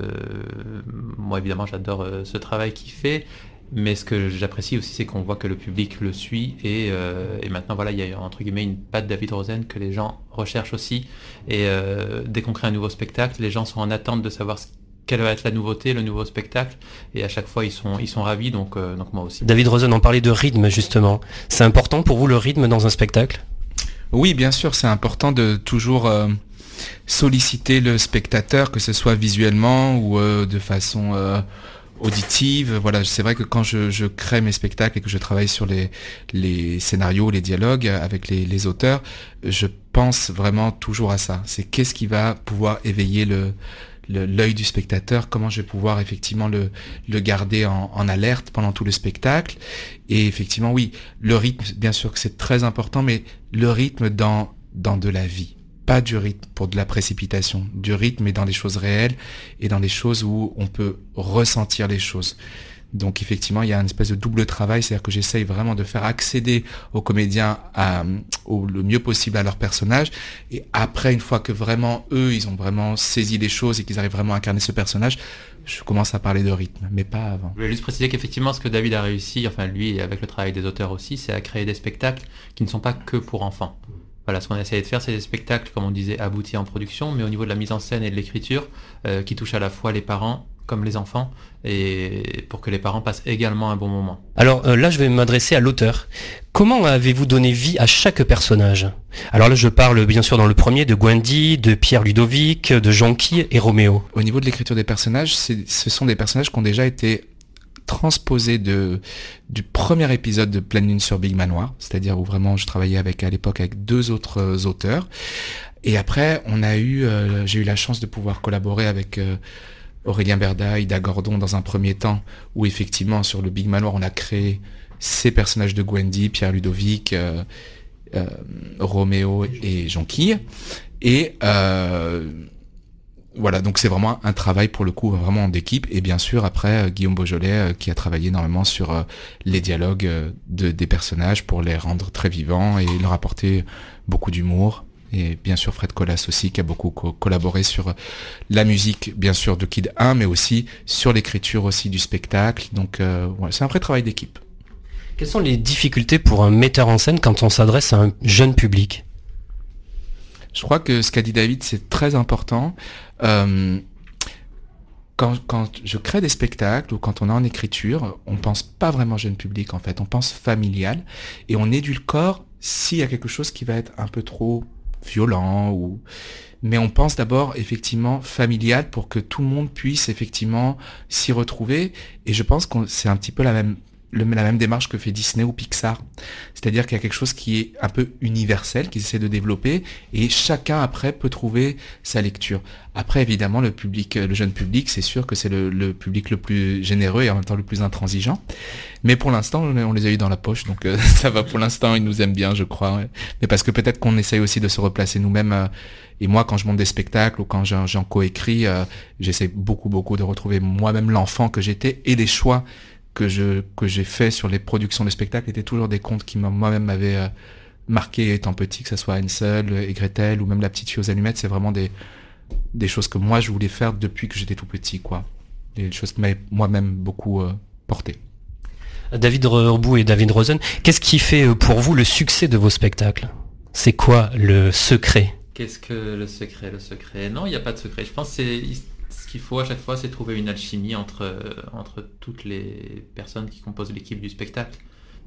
moi évidemment, j'adore euh, ce travail qu'il fait. Mais ce que j'apprécie aussi, c'est qu'on voit que le public le suit et, euh, et maintenant voilà, il y a entre guillemets une patte David Rosen que les gens recherchent aussi. Et euh, dès qu'on crée un nouveau spectacle, les gens sont en attente de savoir ce, quelle va être la nouveauté, le nouveau spectacle. Et à chaque fois, ils sont, ils sont ravis, donc, euh, donc moi aussi. David Rosen, on parlait de rythme justement. C'est important pour vous le rythme dans un spectacle? Oui, bien sûr, c'est important de toujours euh, solliciter le spectateur, que ce soit visuellement ou euh, de façon... Euh, auditive. Voilà, c'est vrai que quand je, je crée mes spectacles et que je travaille sur les, les scénarios, les dialogues avec les, les auteurs, je pense vraiment toujours à ça. C'est qu'est-ce qui va pouvoir éveiller le, le, l'œil du spectateur, comment je vais pouvoir effectivement le, le garder en, en alerte pendant tout le spectacle. Et effectivement, oui, le rythme, bien sûr que c'est très important, mais le rythme dans, dans de la vie. Pas du rythme pour de la précipitation, du rythme mais dans des choses réelles et dans des choses où on peut ressentir les choses. Donc effectivement, il y a une espèce de double travail, c'est-à-dire que j'essaye vraiment de faire accéder aux comédiens à, au le mieux possible à leur personnage, et après, une fois que vraiment eux, ils ont vraiment saisi les choses et qu'ils arrivent vraiment à incarner ce personnage, je commence à parler de rythme, mais pas avant. Je voulais juste préciser qu'effectivement, ce que David a réussi, enfin lui et avec le travail des auteurs aussi, c'est à créer des spectacles qui ne sont pas que pour enfants. Voilà, ce qu'on a essayé de faire, c'est des spectacles, comme on disait, aboutis en production, mais au niveau de la mise en scène et de l'écriture, euh, qui touchent à la fois les parents comme les enfants, et pour que les parents passent également un bon moment. Alors euh, là, je vais m'adresser à l'auteur. Comment avez-vous donné vie à chaque personnage? Alors là, je parle bien sûr dans le premier de Gwendy, de Pierre Ludovic, de Jonquille et Roméo. Au niveau de l'écriture des personnages, c'est, ce sont des personnages qui ont déjà été transposé de, du premier épisode de Pleine Lune sur Big Manoir, c'est-à-dire où vraiment je travaillais avec, à l'époque avec deux autres euh, auteurs. Et après, on a eu, euh, j'ai eu la chance de pouvoir collaborer avec euh, Aurélien Berda, Ida Gordon dans un premier temps, où effectivement sur le Big Manoir, on a créé ces personnages de Gwendy, Pierre Ludovic, euh, euh, Roméo et Jonquille. Et euh, voilà, donc c'est vraiment un travail pour le coup vraiment d'équipe, et bien sûr après euh, Guillaume Beaujolais euh, qui a travaillé énormément sur euh, les dialogues euh, de, des personnages pour les rendre très vivants et leur apporter beaucoup d'humour, et bien sûr Fred Collas aussi qui a beaucoup co- collaboré sur la musique bien sûr de Kid un, mais aussi sur l'écriture aussi du spectacle, donc euh, ouais, c'est un vrai travail d'équipe. Quelles sont les difficultés pour un metteur en scène quand on s'adresse à un jeune public? Je crois que ce qu'a dit David, c'est très important. Euh, quand, quand je crée des spectacles ou quand on est en écriture, on pense pas vraiment jeune public en fait, on pense familial, et on édulcore s'il y a quelque chose qui va être un peu trop violent, ou mais on pense d'abord effectivement familial pour que tout le monde puisse effectivement s'y retrouver, et je pense que c'est un petit peu la même Le, la même démarche que fait Disney ou Pixar. C'est-à-dire qu'il y a quelque chose qui est un peu universel, qu'ils essaient de développer, et chacun après peut trouver sa lecture. Après, évidemment, le public, le jeune public, c'est sûr que c'est le, le public le plus généreux et en même temps le plus intransigeant. Mais pour l'instant, on, on les a eu dans la poche, donc euh, ça va pour l'instant, ils nous aiment bien, je crois. Ouais. Mais parce que peut-être qu'on essaye aussi de se replacer nous-mêmes. Euh, et moi, quand je monte des spectacles ou quand j'en, j'en coécris, euh, j'essaie beaucoup, beaucoup de retrouver moi-même l'enfant que j'étais, et les choix que je que j'ai fait sur les productions de spectacles étaient toujours des contes qui moi-même m'avaient euh, marqué étant petit, que ce soit Hansel et Gretel ou même La Petite Fille aux Allumettes. C'est vraiment des des choses que moi je voulais faire depuis que j'étais tout petit, quoi. Des choses qui m'avaient moi-même beaucoup euh, porté. David Reboux et David Rosen, qu'est-ce qui fait pour vous le succès de vos spectacles? C'est quoi le secret? Qu'est-ce que le secret? Le secret, non, il n'y a pas de secret. Je pense que c'est ce qu'il faut à chaque fois, c'est trouver une alchimie entre, entre toutes les personnes qui composent l'équipe du spectacle.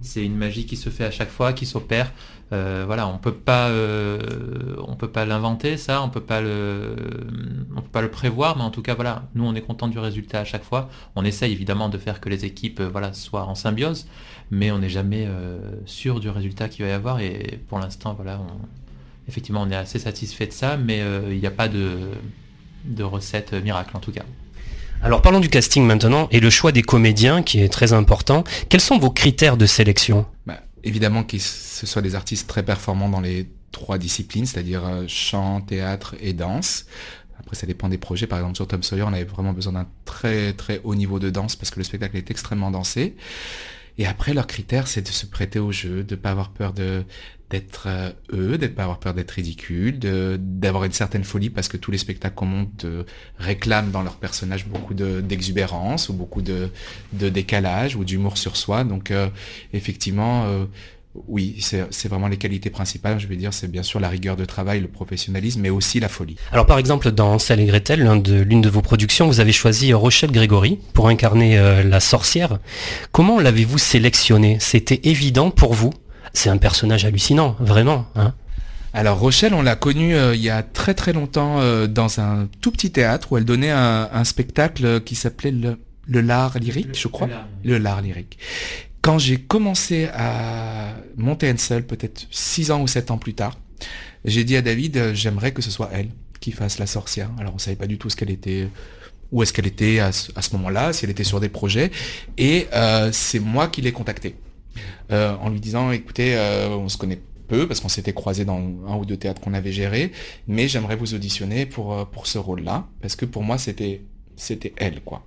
c'est une magie qui se fait à chaque fois, qui s'opère. Euh, voilà, on peut pas, euh, on peut pas l'inventer, ça, on peut pas le, on peut pas le prévoir, mais en tout cas, voilà, nous on est content du résultat à chaque fois. On essaye évidemment de faire que les équipes, euh, voilà, soient en symbiose, mais on n'est jamais euh, sûr du résultat qu'il va y avoir. Et pour l'instant, voilà, on, effectivement, on est assez satisfait de ça, mais euh, il n'y a pas de, de recette miracle en tout cas. Alors parlons du casting maintenant et le choix des comédiens qui est très important. Quels sont vos critères de sélection ? Bah, évidemment que ce soit des artistes très performants dans les trois disciplines, c'est-à-dire euh, chant, théâtre et danse. Après, ça dépend des projets. Par exemple, sur Tom Sawyer, on avait vraiment besoin d'un très très haut niveau de danse parce que le spectacle est extrêmement dansé. Et après, leur critère, c'est de se prêter au jeu, de ne pas avoir peur de, d'être euh, eux, de ne pas avoir peur d'être ridicule, de, d'avoir une certaine folie parce que tous les spectacles qu'on monte euh, réclament dans leurs personnages beaucoup de, d'exubérance ou beaucoup de, de décalage ou d'humour sur soi. Donc, euh, effectivement, euh, oui, c'est, c'est vraiment les qualités principales. Je vais dire, c'est bien sûr la rigueur de travail, le professionnalisme, mais aussi la folie. Alors par exemple, dans Hansel et Gretel, l'un de, l'une de vos productions, vous avez choisi Rochelle Grégory pour incarner euh, la sorcière. Comment l'avez-vous sélectionnée ? C'était évident pour vous ? C'est un personnage hallucinant, vraiment, hein ? Alors Rochelle, on l'a connue euh, il y a très très longtemps euh, dans un tout petit théâtre où elle donnait un, un spectacle qui s'appelait le, le Lard lyrique, je crois. Le Lard lyrique. Quand j'ai commencé à monter Hansel, peut-être six ans ou sept ans plus tard, j'ai dit à David, euh, j'aimerais que ce soit elle qui fasse la sorcière. Alors on savait pas du tout ce qu'elle était, où est-ce qu'elle était à ce, à ce moment-là, si elle était sur des projets, et euh, c'est moi qui l'ai contactée euh, en lui disant, écoutez, euh, on se connaît peu parce qu'on s'était croisés dans un ou deux théâtres qu'on avait gérés, mais j'aimerais vous auditionner pour pour ce rôle-là parce que pour moi c'était c'était elle quoi.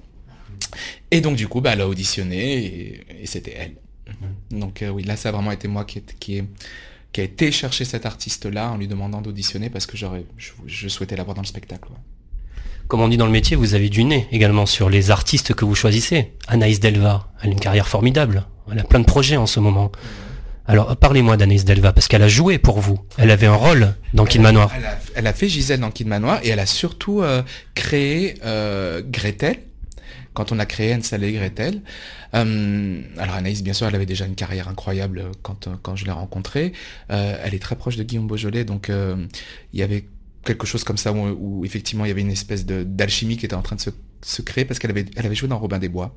Et donc du coup, bah, elle a auditionné et, et c'était elle. Mmh. Donc euh, oui, là, ça a vraiment été moi qui, qui, qui a été chercher cet artiste-là en lui demandant d'auditionner parce que j'aurais, je, je souhaitais l'avoir dans le spectacle. Ouais. Comme on dit dans le métier, vous avez du nez également sur les artistes que vous choisissez. Anaïs Delva, elle a une carrière formidable. Elle a plein de projets en ce moment. Alors parlez-moi d'Anaïs Delva parce qu'elle a joué pour vous. Elle avait un rôle dans Kid Manoir. Elle a, elle a fait Gisèle dans Kid Manoir et elle a surtout euh, créé euh, Gretel. Quand on a créé Hansel et Gretel. Euh, alors Anaïs, bien sûr, elle avait déjà une carrière incroyable quand, quand je l'ai rencontrée. Euh, elle est très proche de Guillaume Beaujolais, donc euh, il y avait quelque chose comme ça où, où effectivement il y avait une espèce de, d'alchimie qui était en train de se, se créer parce qu'elle avait, elle avait joué dans Robin des Bois.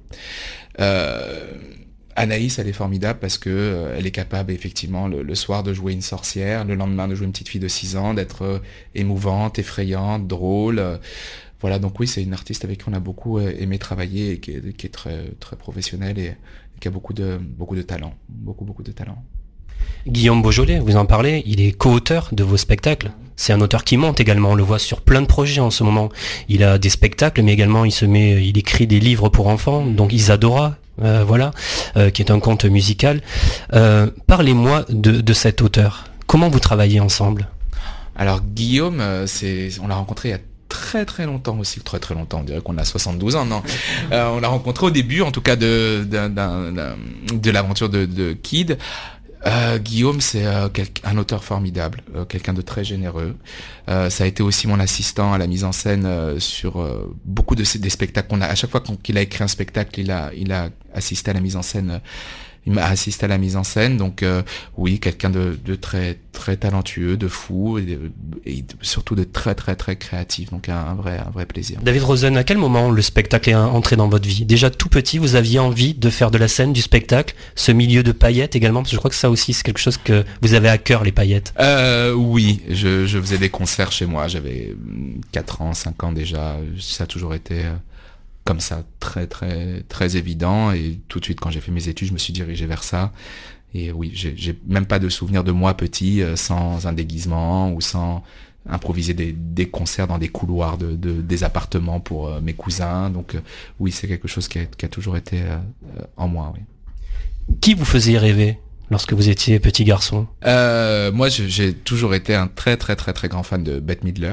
Euh, Anaïs, elle est formidable parce que euh, elle est capable effectivement le, le soir de jouer une sorcière, le lendemain de jouer une petite fille de six ans, d'être euh, émouvante, effrayante, drôle. Euh, Voilà, donc oui, c'est une artiste avec qui on a beaucoup aimé travailler et qui est, qui est très, très professionnelle et, et qui a beaucoup de, beaucoup de talent, beaucoup, beaucoup de talent. Guillaume Beaujolais, vous en parlez, il est co-auteur de vos spectacles. C'est un auteur qui monte également, on le voit sur plein de projets en ce moment. Il a des spectacles, mais également il se met, il écrit des livres pour enfants, donc Isadora, euh, voilà, euh, qui est un conte musical. Euh, parlez-moi de, de cet auteur. Comment vous travaillez ensemble ? Alors Guillaume, c'est, on l'a rencontré il y a très très longtemps aussi, très très longtemps, on dirait qu'on a soixante-douze ans, non. Euh, on l'a rencontré au début, en tout cas, de, d'un, d'un, d'un, de l'aventure de, de Kid. Euh, Guillaume, c'est euh, quel, un auteur formidable, euh, quelqu'un de très généreux. Euh, ça a été aussi mon assistant à la mise en scène euh, sur euh, beaucoup de ces, des spectacles qu'on a. À chaque fois qu'il a écrit un spectacle, il a, il a assisté à la mise en scène. Euh, Il m'a assisté à la mise en scène, donc euh, oui, quelqu'un de, de très très talentueux, de fou, et, de, et surtout de très très très créatif, donc un, un vrai un vrai plaisir. David Rosen, à quel moment le spectacle est entré dans votre vie ? Déjà tout petit, vous aviez envie de faire de la scène, du spectacle, ce milieu de paillettes également, parce que je crois que ça aussi c'est quelque chose que vous avez à cœur, les paillettes. Euh, oui, je, je faisais des concerts chez moi, j'avais quatre ans, cinq ans déjà, ça a toujours été... Euh, comme ça, très très très évident, et tout de suite quand j'ai fait mes études, je me suis dirigé vers ça, et oui, j'ai, j'ai même pas de souvenir de moi petit, euh, sans un déguisement, ou sans improviser des, des concerts dans des couloirs de, de des appartements pour euh, mes cousins, donc euh, oui, c'est quelque chose qui a, qui a toujours été euh, en moi, oui. Qui vous faisait rêver lorsque vous étiez petit garçon ? euh, Moi, je, j'ai toujours été un très très très très grand fan de Bette Midler.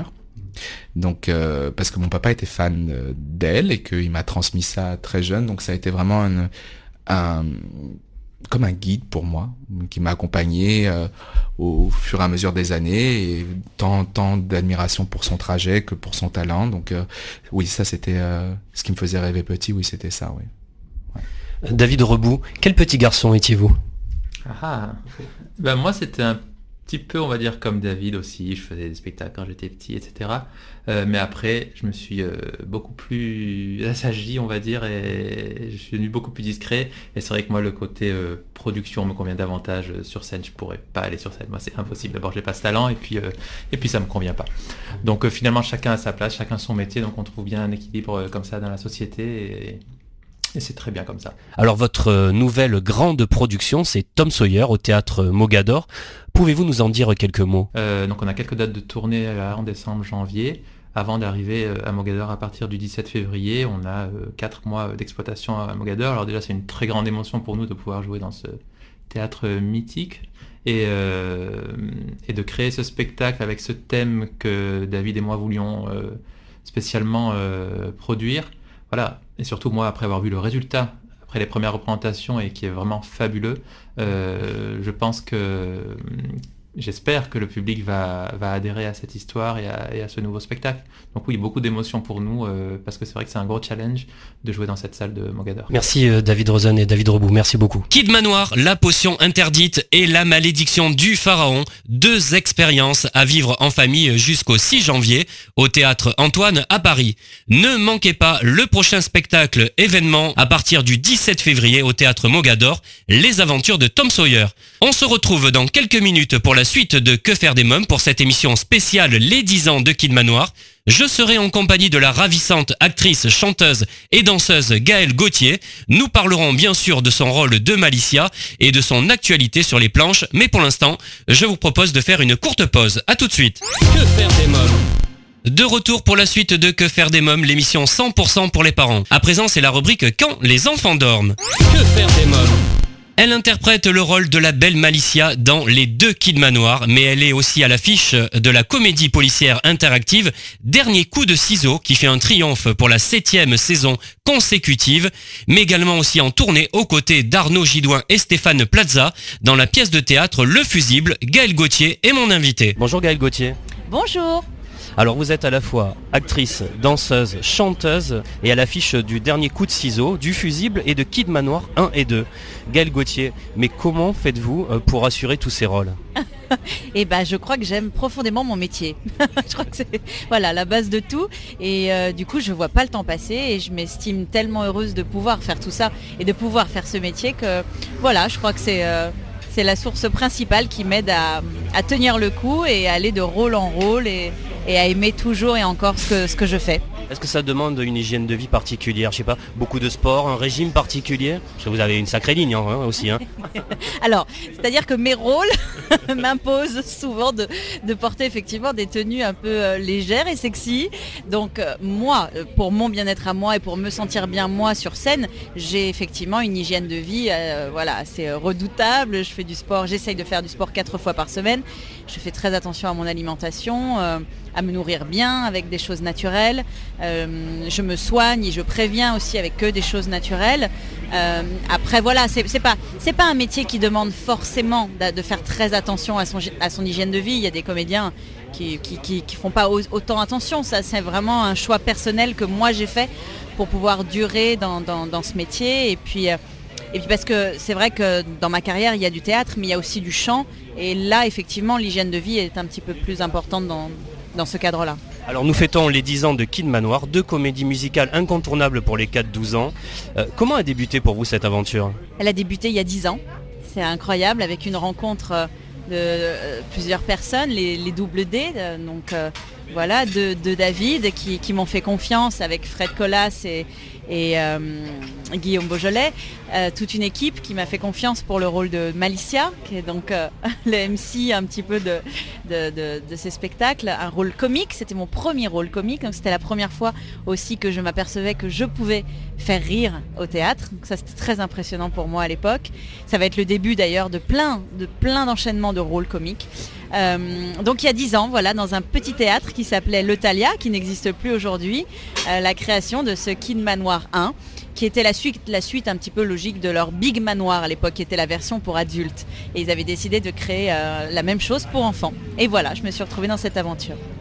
Donc euh, parce que mon papa était fan euh, d'elle et qu'il m'a transmis ça très jeune, donc ça a été vraiment un, un comme un guide pour moi, qui m'a accompagné euh, au fur et à mesure des années, et tant tant d'admiration pour son trajet que pour son talent. Donc euh, oui, ça c'était euh, ce qui me faisait rêver petit, oui, c'était ça, oui. Ouais. David Rebout, quel petit garçon étiez-vous ? Ah, ben moi c'était un petit peu, on va dire, comme David aussi. Je faisais des spectacles quand j'étais petit, et cetera. Euh, mais après, je me suis euh, beaucoup plus assagi, on va dire, et je suis devenu beaucoup plus discret. Et c'est vrai que moi, le côté euh, production me convient davantage. Sur scène, je pourrais pas aller sur scène. Moi, c'est impossible. D'abord, j'ai pas ce talent, et puis, euh, et puis ça me convient pas. Donc, euh, finalement, chacun a sa place, chacun son métier. Donc, on trouve bien un équilibre euh, comme ça dans la société. Et, Et c'est très bien comme ça. Alors votre nouvelle grande production, c'est Tom Sawyer au théâtre Mogador. Pouvez-vous nous en dire quelques mots ? euh, Donc on a quelques dates de tournée en décembre, janvier. Avant d'arriver à Mogador à partir du dix-sept février, on a quatre mois d'exploitation à Mogador. Alors déjà c'est une très grande émotion pour nous de pouvoir jouer dans ce théâtre mythique et, euh, et de créer ce spectacle avec ce thème que David et moi voulions euh, spécialement euh, produire. Voilà, et surtout moi, après avoir vu le résultat, après les premières représentations, et qui est vraiment fabuleux, euh, je pense que, j'espère que le public va, va adhérer à cette histoire et à, et à ce nouveau spectacle. Donc oui, beaucoup d'émotions pour nous, euh, parce que c'est vrai que c'est un gros challenge de jouer dans cette salle de Mogador. Merci euh, David Rosen et David Rebout, merci beaucoup. Kid Manoir, la potion interdite et la malédiction du pharaon, deux expériences à vivre en famille jusqu'au six janvier au théâtre Antoine à Paris. Ne manquez pas le prochain spectacle événement à partir du dix-sept février au théâtre Mogador, Les aventures de Tom Sawyer. On se retrouve dans quelques minutes pour la suite de Que faire des mômes pour cette émission spéciale Les dix ans de Kid Manoir. Je serai en compagnie de la ravissante actrice, chanteuse et danseuse Gaëlle Gauthier. Nous parlerons bien sûr de son rôle de Malicia et de son actualité sur les planches, mais pour l'instant, je vous propose de faire une courte pause. À tout de suite. Que faire des mômes ? De retour pour la suite de Que faire des mômes, l'émission cent pour cent pour les parents. À présent, c'est la rubrique Quand les enfants dorment. Que faire des mômes ? Elle interprète le rôle de la belle Malicia dans Les Deux Kid Manoir, mais elle est aussi à l'affiche de la comédie policière interactive Dernier coup de ciseaux, qui fait un triomphe pour la septième saison consécutive, mais également aussi en tournée aux côtés d'Arnaud Gidouin et Stéphane Plaza dans la pièce de théâtre Le Fusible. Gaëlle Gauthier est mon invité. Bonjour Gaëlle Gauthier. Bonjour. Alors vous êtes à la fois actrice, danseuse, chanteuse et à l'affiche du Dernier coup de ciseaux, du Fusible et de Kid Manoir un et deux. Gaëlle Gauthier, mais comment faites-vous pour assurer tous ces rôles ? Eh ben, je crois que j'aime profondément mon métier. Je crois que c'est voilà la base de tout. Et euh, du coup, je vois pas le temps passer et je m'estime tellement heureuse de pouvoir faire tout ça et de pouvoir faire ce métier que voilà, je crois que c'est euh, c'est la source principale qui m'aide à, à tenir le coup et à aller de rôle en rôle et, et à aimer toujours et encore ce que, ce que je fais. Est-ce que ça demande une hygiène de vie particulière ? Je sais pas, beaucoup de sport, un régime particulier ? Parce que vous avez une sacrée ligne hein, aussi. Hein. Alors, c'est-à-dire que mes rôles m'imposent souvent de, de porter effectivement des tenues un peu euh, légères et sexy. Donc euh, moi, pour mon bien-être à moi et pour me sentir bien moi sur scène, j'ai effectivement une hygiène de vie euh, voilà, assez redoutable. Je fais du sport, j'essaye de faire du sport quatre fois par semaine. Je fais très attention à mon alimentation, euh, à me nourrir bien avec des choses naturelles. Euh, je me soigne et je préviens aussi avec que des choses naturelles. Euh, après voilà, c'est, c'est pas c'est pas un métier qui demande forcément de, de faire très attention à son à son hygiène de vie. Il y a des comédiens qui qui, qui, qui font pas autant attention. Ça c'est vraiment un choix personnel que moi j'ai fait pour pouvoir durer dans dans, dans ce métier. Et puis euh, et puis parce que c'est vrai que dans ma carrière il y a du théâtre, mais il y a aussi du chant. Et là effectivement l'hygiène de vie est un petit peu plus importante dans dans ce cadre-là. Alors nous fêtons les dix ans de Kid Manoir, deux comédies musicales incontournables pour les quatre douze ans. Euh, comment a débuté pour vous cette aventure ? Elle a débuté il y a dix ans. C'est incroyable, avec une rencontre de euh, plusieurs personnes, les, les double D, euh, donc euh, voilà, de, de David qui, qui m'ont fait confiance avec Fred Collas et, et euh, Guillaume Beaujolais, euh, toute une équipe qui m'a fait confiance pour le rôle de Malicia, qui est donc euh, le M C un petit peu de, de, de, de ces spectacles, un rôle comique, c'était mon premier rôle comique, donc c'était la première fois aussi que je m'apercevais que je pouvais faire rire au théâtre, donc ça c'était très impressionnant pour moi à l'époque. Ça va être le début d'ailleurs de plein, de plein d'enchaînements de rôles comiques. Euh, donc il y a dix ans, voilà, dans un petit théâtre qui s'appelait Le Thalia, qui n'existe plus aujourd'hui, euh, la création de ce Kid Manoir un, qui était la suite, la suite un petit peu logique de leur Big Manoir à l'époque, qui était la version pour adultes. Et ils avaient décidé de créer euh, la même chose pour enfants. Et voilà, je me suis retrouvée dans cette aventure.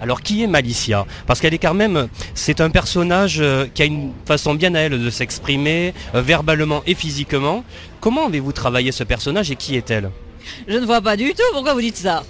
Alors qui est Malicia? Parce qu'elle est quand même, c'est un personnage euh, qui a une façon bien à elle de s'exprimer, euh, verbalement et physiquement. Comment avez-vous travaillé ce personnage et qui est-elle? Je ne vois pas du tout pourquoi vous dites ça.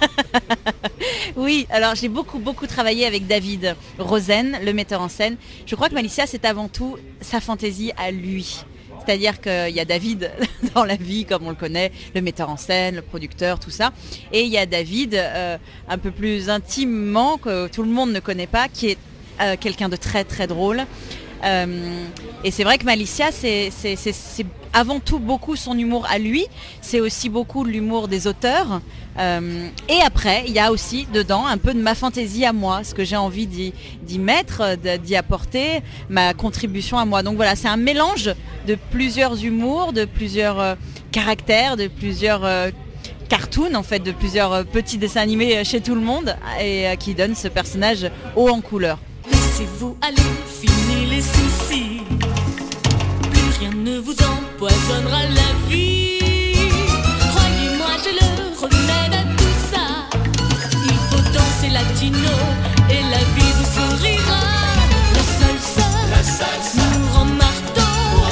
Oui, alors j'ai beaucoup beaucoup travaillé avec David Rosen, le metteur en scène. Je crois que Malicia, c'est avant tout sa fantaisie à lui. C'est-à-dire qu'il y a David dans la vie, comme on le connaît, le metteur en scène, le producteur, tout ça. Et il y a David, euh, un peu plus intimement, que tout le monde ne connaît pas, qui est euh, quelqu'un de très très drôle. Euh, et c'est vrai que Malicia, c'est, c'est, c'est, c'est avant tout beaucoup son humour à lui. C'est aussi beaucoup l'humour des auteurs. Euh, et après, il y a aussi dedans un peu de ma fantaisie à moi, ce que j'ai envie d'y, d'y mettre, d'y apporter, ma contribution à moi. Donc voilà, c'est un mélange de plusieurs humours, de plusieurs euh, caractères, de plusieurs euh, cartoons, en fait, de plusieurs euh, petits dessins animés chez tout le monde, et euh, qui donne ce personnage haut en couleur. Laissez-vous aller, fini les soucis. Plus rien ne vous empoisonnera la vie. Croyez-moi, j'ai le remède à tout ça. Il faut danser latino et la vie vous sourira. La salsa, la salsa nous rend marteau.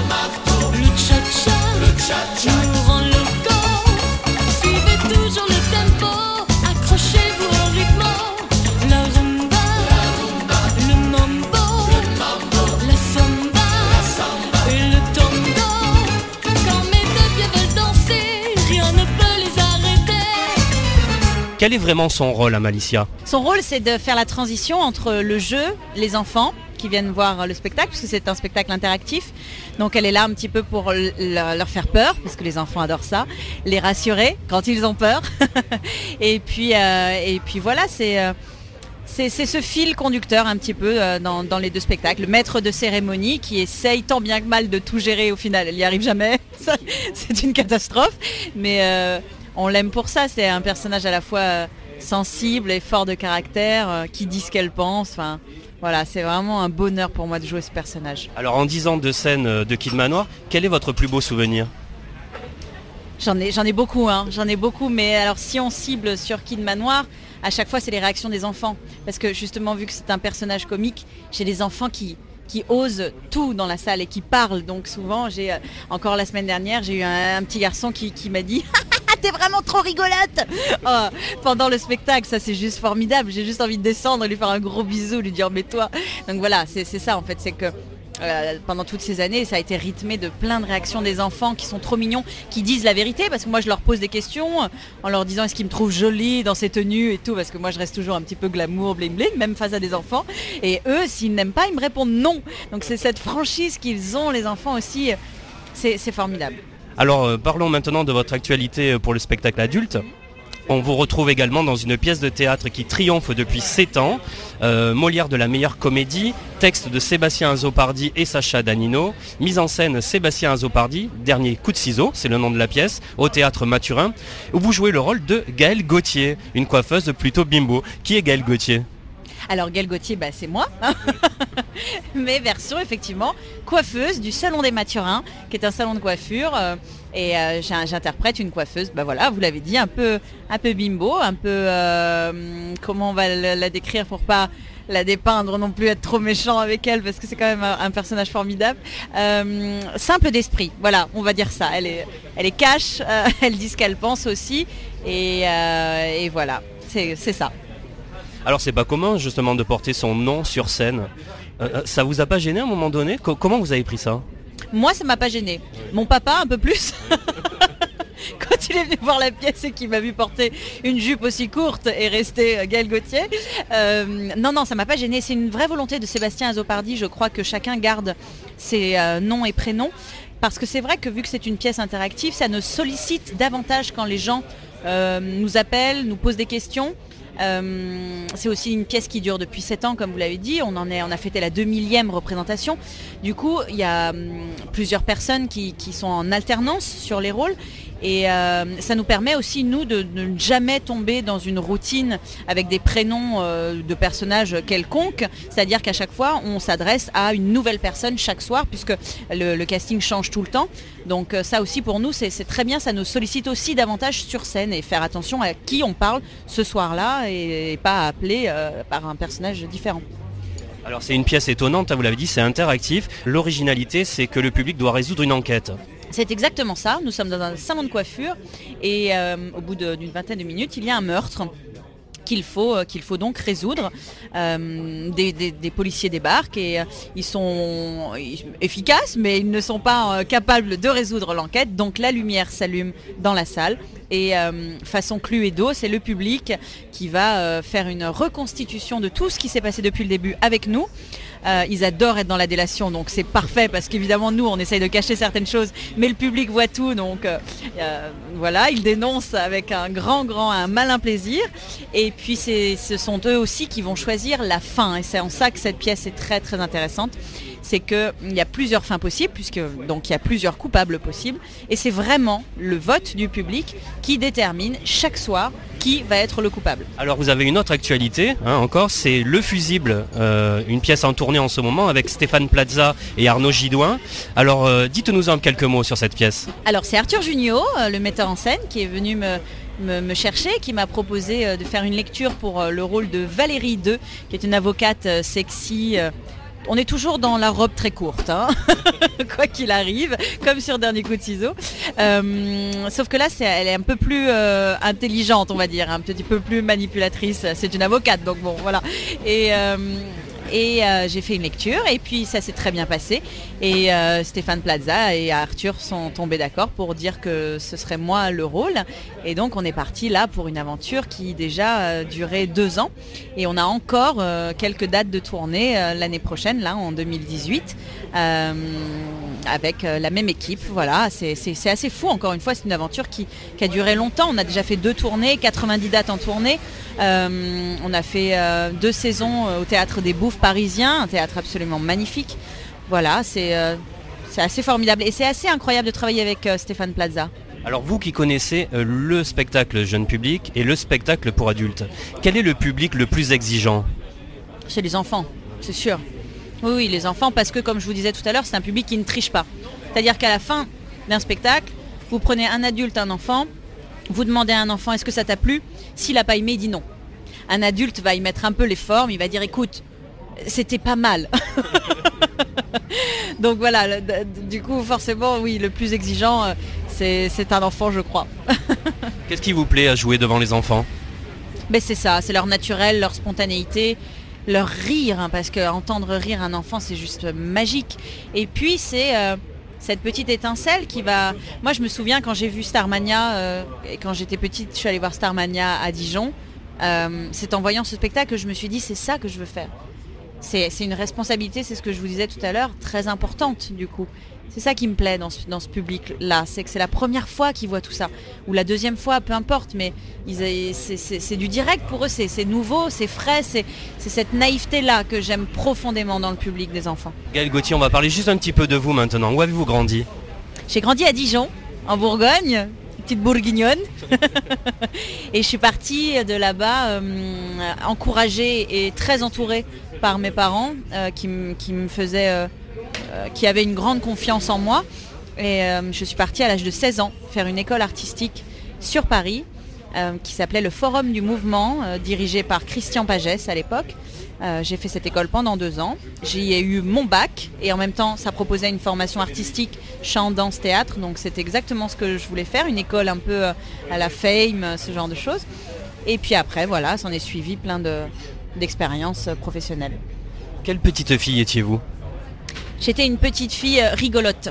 Le cha-cha, le cha-cha nous rend loco. Suivez toujours le tempo, accrochez-vous au rythme. La rumba, la rumba, le mambo, le mambo, la samba, la samba et le tango. Quand mes deux pieds veulent danser, rien ne peut les arrêter. Quel est vraiment son rôle à Malicia? Son rôle, c'est de faire la transition entre le jeu, les enfants qui viennent voir le spectacle, puisque c'est un spectacle interactif. Donc elle est là un petit peu pour le- leur faire peur, parce que les enfants adorent ça, les rassurer quand ils ont peur. et, puis, euh, et puis voilà, c'est, euh, c'est, c'est ce fil conducteur un petit peu euh, dans, dans les deux spectacles. Le maître de cérémonie qui essaye tant bien que mal de tout gérer, au final elle n'y arrive jamais. Ça, c'est une catastrophe. Mais euh, on l'aime pour ça, c'est un personnage à la fois euh, sensible et fort de caractère, euh, qui dit ce qu'elle pense. Enfin, voilà, c'est vraiment un bonheur pour moi de jouer ce personnage. Alors en dix ans de scène euh, de Kid Manoir, quel est votre plus beau souvenir? J'en ai, j'en ai beaucoup, hein, j'en ai beaucoup, mais alors si on cible sur Kid Manoir, à chaque fois c'est les réactions des enfants. Parce que justement, vu que c'est un personnage comique, j'ai des enfants qui, qui osent tout dans la salle et qui parlent. Donc souvent, j'ai, euh, encore la semaine dernière, j'ai eu un, un petit garçon qui, qui m'a dit « T'es vraiment trop rigolote !» Oh, pendant le spectacle, ça c'est juste formidable. J'ai juste envie de descendre, lui faire un gros bisou, lui dire « Mais toi !» Donc voilà, c'est, c'est ça en fait, c'est que Euh, pendant toutes ces années, ça a été rythmé de plein de réactions des enfants qui sont trop mignons, qui disent la vérité, parce que moi je leur pose des questions en leur disant est-ce qu'ils me trouvent jolie dans ces tenues et tout, parce que moi je reste toujours un petit peu glamour, bling bling, même face à des enfants, et eux s'ils n'aiment pas, ils me répondent non. Donc c'est cette franchise qu'ils ont, les enfants aussi, c'est, c'est formidable. Alors euh, parlons maintenant de votre actualité pour le spectacle adulte. On vous retrouve également dans une pièce de théâtre qui triomphe depuis sept ans, euh, Molière de la meilleure comédie, texte de Sébastien Azopardi et Sacha Danino, mise en scène Sébastien Azopardi, dernier coup de ciseau, c'est le nom de la pièce, au théâtre Mathurin, où vous jouez le rôle de Gaëlle Gauthier, une coiffeuse plutôt bimbo. Qui est Gaëlle Gauthier ? Alors Gaëlle Gauthier, bah, c'est moi, mais version effectivement coiffeuse du Salon des Mathurins, qui est un salon de coiffure, euh, et euh, j'interprète une coiffeuse, bah voilà, vous l'avez dit, un peu, un peu bimbo, un peu, euh, comment on va la, la décrire pour pas la dépeindre non plus, être trop méchant avec elle, parce que c'est quand même un, un personnage formidable, euh, simple d'esprit, voilà, on va dire ça, elle est, elle est cash, euh, elle dit ce qu'elle pense aussi, et, euh, et voilà, c'est, c'est ça. Alors c'est pas commun justement de porter son nom sur scène. Euh, ça vous a pas gêné à un moment donné ? Co- Comment vous avez pris ça ? Moi ça m'a pas gêné. Mon papa un peu plus. Quand il est venu voir la pièce et qu'il m'a vu porter une jupe aussi courte et rester euh, Gaëlle Gauthier. Euh, non, non, ça m'a pas gêné. C'est une vraie volonté de Sébastien Azopardi. Je crois que chacun garde ses euh, noms et prénoms. Parce que c'est vrai que vu que c'est une pièce interactive, ça nous sollicite davantage quand les gens euh, nous appellent, nous posent des questions. Euh, c'est aussi une pièce qui dure depuis sept ans, comme vous l'avez dit. On en est, on a fêté la deux millième représentation. Du coup, il y a hum, plusieurs personnes qui, qui sont en alternance sur les rôles. Et euh, ça nous permet aussi, nous, de, de ne jamais tomber dans une routine avec des prénoms euh, de personnages quelconques. C'est-à-dire qu'à chaque fois, on s'adresse à une nouvelle personne chaque soir, puisque le, le casting change tout le temps. Donc euh, ça aussi, pour nous, c'est, c'est très bien. Ça nous sollicite aussi davantage sur scène et faire attention à qui on parle ce soir-là et, et pas appeler euh, par un personnage différent. Alors c'est une pièce étonnante, vous l'avez dit, c'est interactif. L'originalité, c'est que le public doit résoudre une enquête. C'est exactement ça. Nous sommes dans un salon de coiffure et euh, au bout de, d'une vingtaine de minutes, il y a un meurtre qu'il faut, euh, qu'il faut donc résoudre. Euh, des, des, des policiers débarquent et euh, ils sont efficaces, mais ils ne sont pas euh, capables de résoudre l'enquête. Donc la lumière s'allume dans la salle. Et euh, façon Cluedo, c'est le public qui va euh, faire une reconstitution de tout ce qui s'est passé depuis le début avec nous. Euh, ils adorent être dans la délation, donc c'est parfait parce qu'évidemment nous on essaye de cacher certaines choses, mais le public voit tout, donc euh, euh, voilà, ils dénoncent avec un grand grand, un malin plaisir. Et puis c'est, ce sont eux aussi qui vont choisir la fin, et c'est en ça que cette pièce est très très intéressante. C'est qu'il y a plusieurs fins possibles, puisque donc il y a plusieurs coupables possibles, et c'est vraiment le vote du public qui détermine chaque soir qui va être le coupable. Alors vous avez une autre actualité, hein, encore, c'est Le Fusible, euh, une pièce en tournée en ce moment avec Stéphane Plaza et Arnaud Gidouin. Alors euh, dites-nous en quelques mots sur cette pièce. Alors c'est Arthur Jugnot, le metteur en scène, qui est venu me... Me, me chercher, qui m'a proposé euh, de faire une lecture pour euh, le rôle de Valérie deux, qui est une avocate euh, sexy. Euh, on est toujours dans la robe très courte, hein quoi qu'il arrive, comme sur Dernier coup de ciseau. Euh, sauf que là, c'est, elle est un peu plus euh, intelligente, on va dire, un petit peu plus manipulatrice. C'est une avocate, donc bon, voilà. Et... Euh, Et euh, j'ai fait une lecture et puis ça s'est très bien passé. Et euh, Stéphane Plaza et Arthur sont tombés d'accord pour dire que ce serait moi le rôle. Et donc on est parti là pour une aventure qui déjà euh, durait deux ans. Et on a encore euh, quelques dates de tournée euh, l'année prochaine, là en deux mille dix-huit, euh, avec euh, la même équipe. Voilà, c'est, c'est, c'est assez fou, encore une fois, c'est une aventure qui, qui a duré longtemps. On a déjà fait deux tournées, quatre-vingt-dix dates en tournée. Euh, on a fait euh, deux saisons au Théâtre des Bouffes parisien, un théâtre absolument magnifique. Voilà, c'est, euh, c'est assez formidable. Et c'est assez incroyable de travailler avec euh, Stéphane Plaza. Alors vous qui connaissez euh, le spectacle jeune public et le spectacle pour adultes, quel est le public le plus exigeant ? C'est les enfants, c'est sûr. Oui, oui, les enfants, parce que comme je vous disais tout à l'heure, c'est un public qui ne triche pas. C'est-à-dire qu'à la fin d'un spectacle, vous prenez un adulte, un enfant, vous demandez à un enfant est-ce que ça t'a plu ? S'il n'a pas aimé, il dit non. Un adulte va y mettre un peu les formes, il va dire écoute, c'était pas mal. Donc voilà, du coup forcément oui, le plus exigeant c'est, c'est un enfant, je crois. Qu'est-ce qui vous plaît à jouer devant les enfants ? Ben c'est ça, c'est leur naturel, leur spontanéité, leur rire, hein, parce qu'entendre rire un enfant c'est juste magique. Et puis c'est euh, cette petite étincelle qui va... Moi je me souviens quand j'ai vu Starmania, euh, et quand j'étais petite je suis allée voir Starmania à Dijon, euh, c'est en voyant ce spectacle que je me suis dit c'est ça que je veux faire. C'est, c'est une responsabilité, c'est ce que je vous disais tout à l'heure, très importante du coup. C'est ça qui me plaît dans ce, dans ce public-là, c'est que c'est la première fois qu'ils voient tout ça. Ou la deuxième fois, peu importe, mais ils, c'est, c'est, c'est du direct pour eux, c'est, c'est nouveau, c'est frais, c'est, c'est cette naïveté-là que j'aime profondément dans le public des enfants. Gaëlle Gauthier, on va parler juste un petit peu de vous maintenant. Où avez-vous grandi ? J'ai grandi à Dijon, en Bourgogne, petite bourguignonne. Et je suis partie de là-bas euh, encouragée et très entourée par mes parents euh, qui, m- qui me faisaient, euh, euh, qui avaient une grande confiance en moi. Et euh, je suis partie à l'âge de seize ans faire une école artistique sur Paris euh, qui s'appelait le Forum du Mouvement, euh, dirigé par Christian Pagès à l'époque. Euh, j'ai fait cette école pendant deux ans. J'y ai eu mon bac et en même temps ça proposait une formation artistique, chant, danse, théâtre. Donc c'était exactement ce que je voulais faire, une école un peu euh, à la Fame, ce genre de choses. Et puis après voilà, s'en est suivi plein de... d'expérience professionnelle. Quelle petite fille étiez-vous ? J'étais une petite fille rigolote.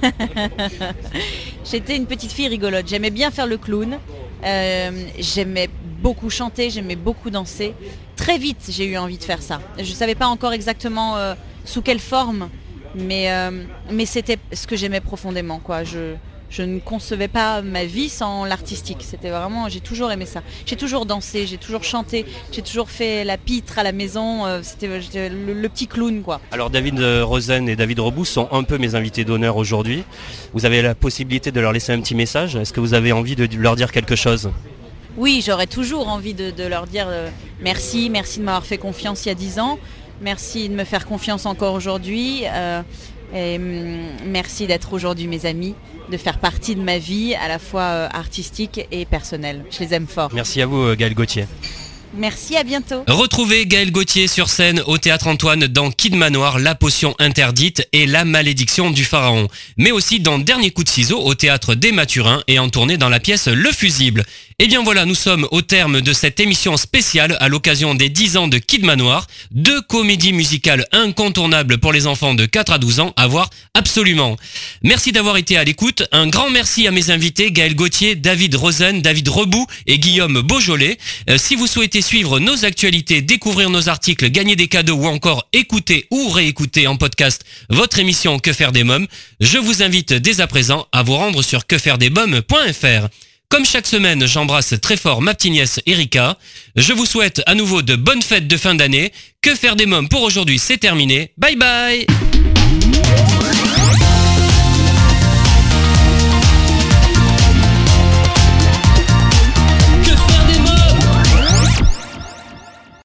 J'étais une petite fille rigolote. J'aimais bien faire le clown. Euh, j'aimais beaucoup chanter, j'aimais beaucoup danser. Très vite, j'ai eu envie de faire ça. Je ne savais pas encore exactement euh, sous quelle forme, mais, euh, mais c'était ce que j'aimais profondément, quoi. Je, je ne concevais pas ma vie sans l'artistique. C'était vraiment, j'ai toujours aimé ça. J'ai toujours dansé, j'ai toujours chanté, j'ai toujours fait la pitre à la maison. euh, C'était j'étais le, le petit clown, quoi. Alors David euh, Rosen et David Rebout sont un peu mes invités d'honneur aujourd'hui. Vous avez la possibilité de leur laisser un petit message. Est-ce que vous avez envie de leur dire quelque chose ? Oui, j'aurais toujours envie de, de leur dire euh, merci, merci de m'avoir fait confiance il y a dix ans, merci de me faire confiance encore aujourd'hui, euh, et hum, merci d'être aujourd'hui mes amis, de faire partie de ma vie à la fois euh, artistique et personnelle. Je les aime fort. Merci à vous euh, Gaël Gauthier. Merci, à bientôt. Retrouvez Gaël Gauthier sur scène au Théâtre Antoine dans Kid Manoir, La Potion Interdite et La Malédiction du Pharaon. Mais aussi dans Dernier Coup de Ciseau au Théâtre des Mathurins et en tournée dans la pièce Le Fusible. Et bien voilà, nous sommes au terme de cette émission spéciale à l'occasion des dix ans de Kid Manoir. Deux comédies musicales incontournables pour les enfants de quatre à douze ans à voir absolument. Merci d'avoir été à l'écoute. Un grand merci à mes invités Gaël Gauthier, David Rosen, David Rebout et Guillaume Beaujolais. Euh, si vous souhaitez suivre nos actualités, découvrir nos articles, gagner des cadeaux ou encore écouter ou réécouter en podcast votre émission Que faire des mômes, je vous invite dès à présent à vous rendre sur que faire des mômes point f r. Comme chaque semaine, j'embrasse très fort ma petite nièce Erika. Je vous souhaite à nouveau de bonnes fêtes de fin d'année. Que faire des mômes pour aujourd'hui, c'est terminé. Bye bye!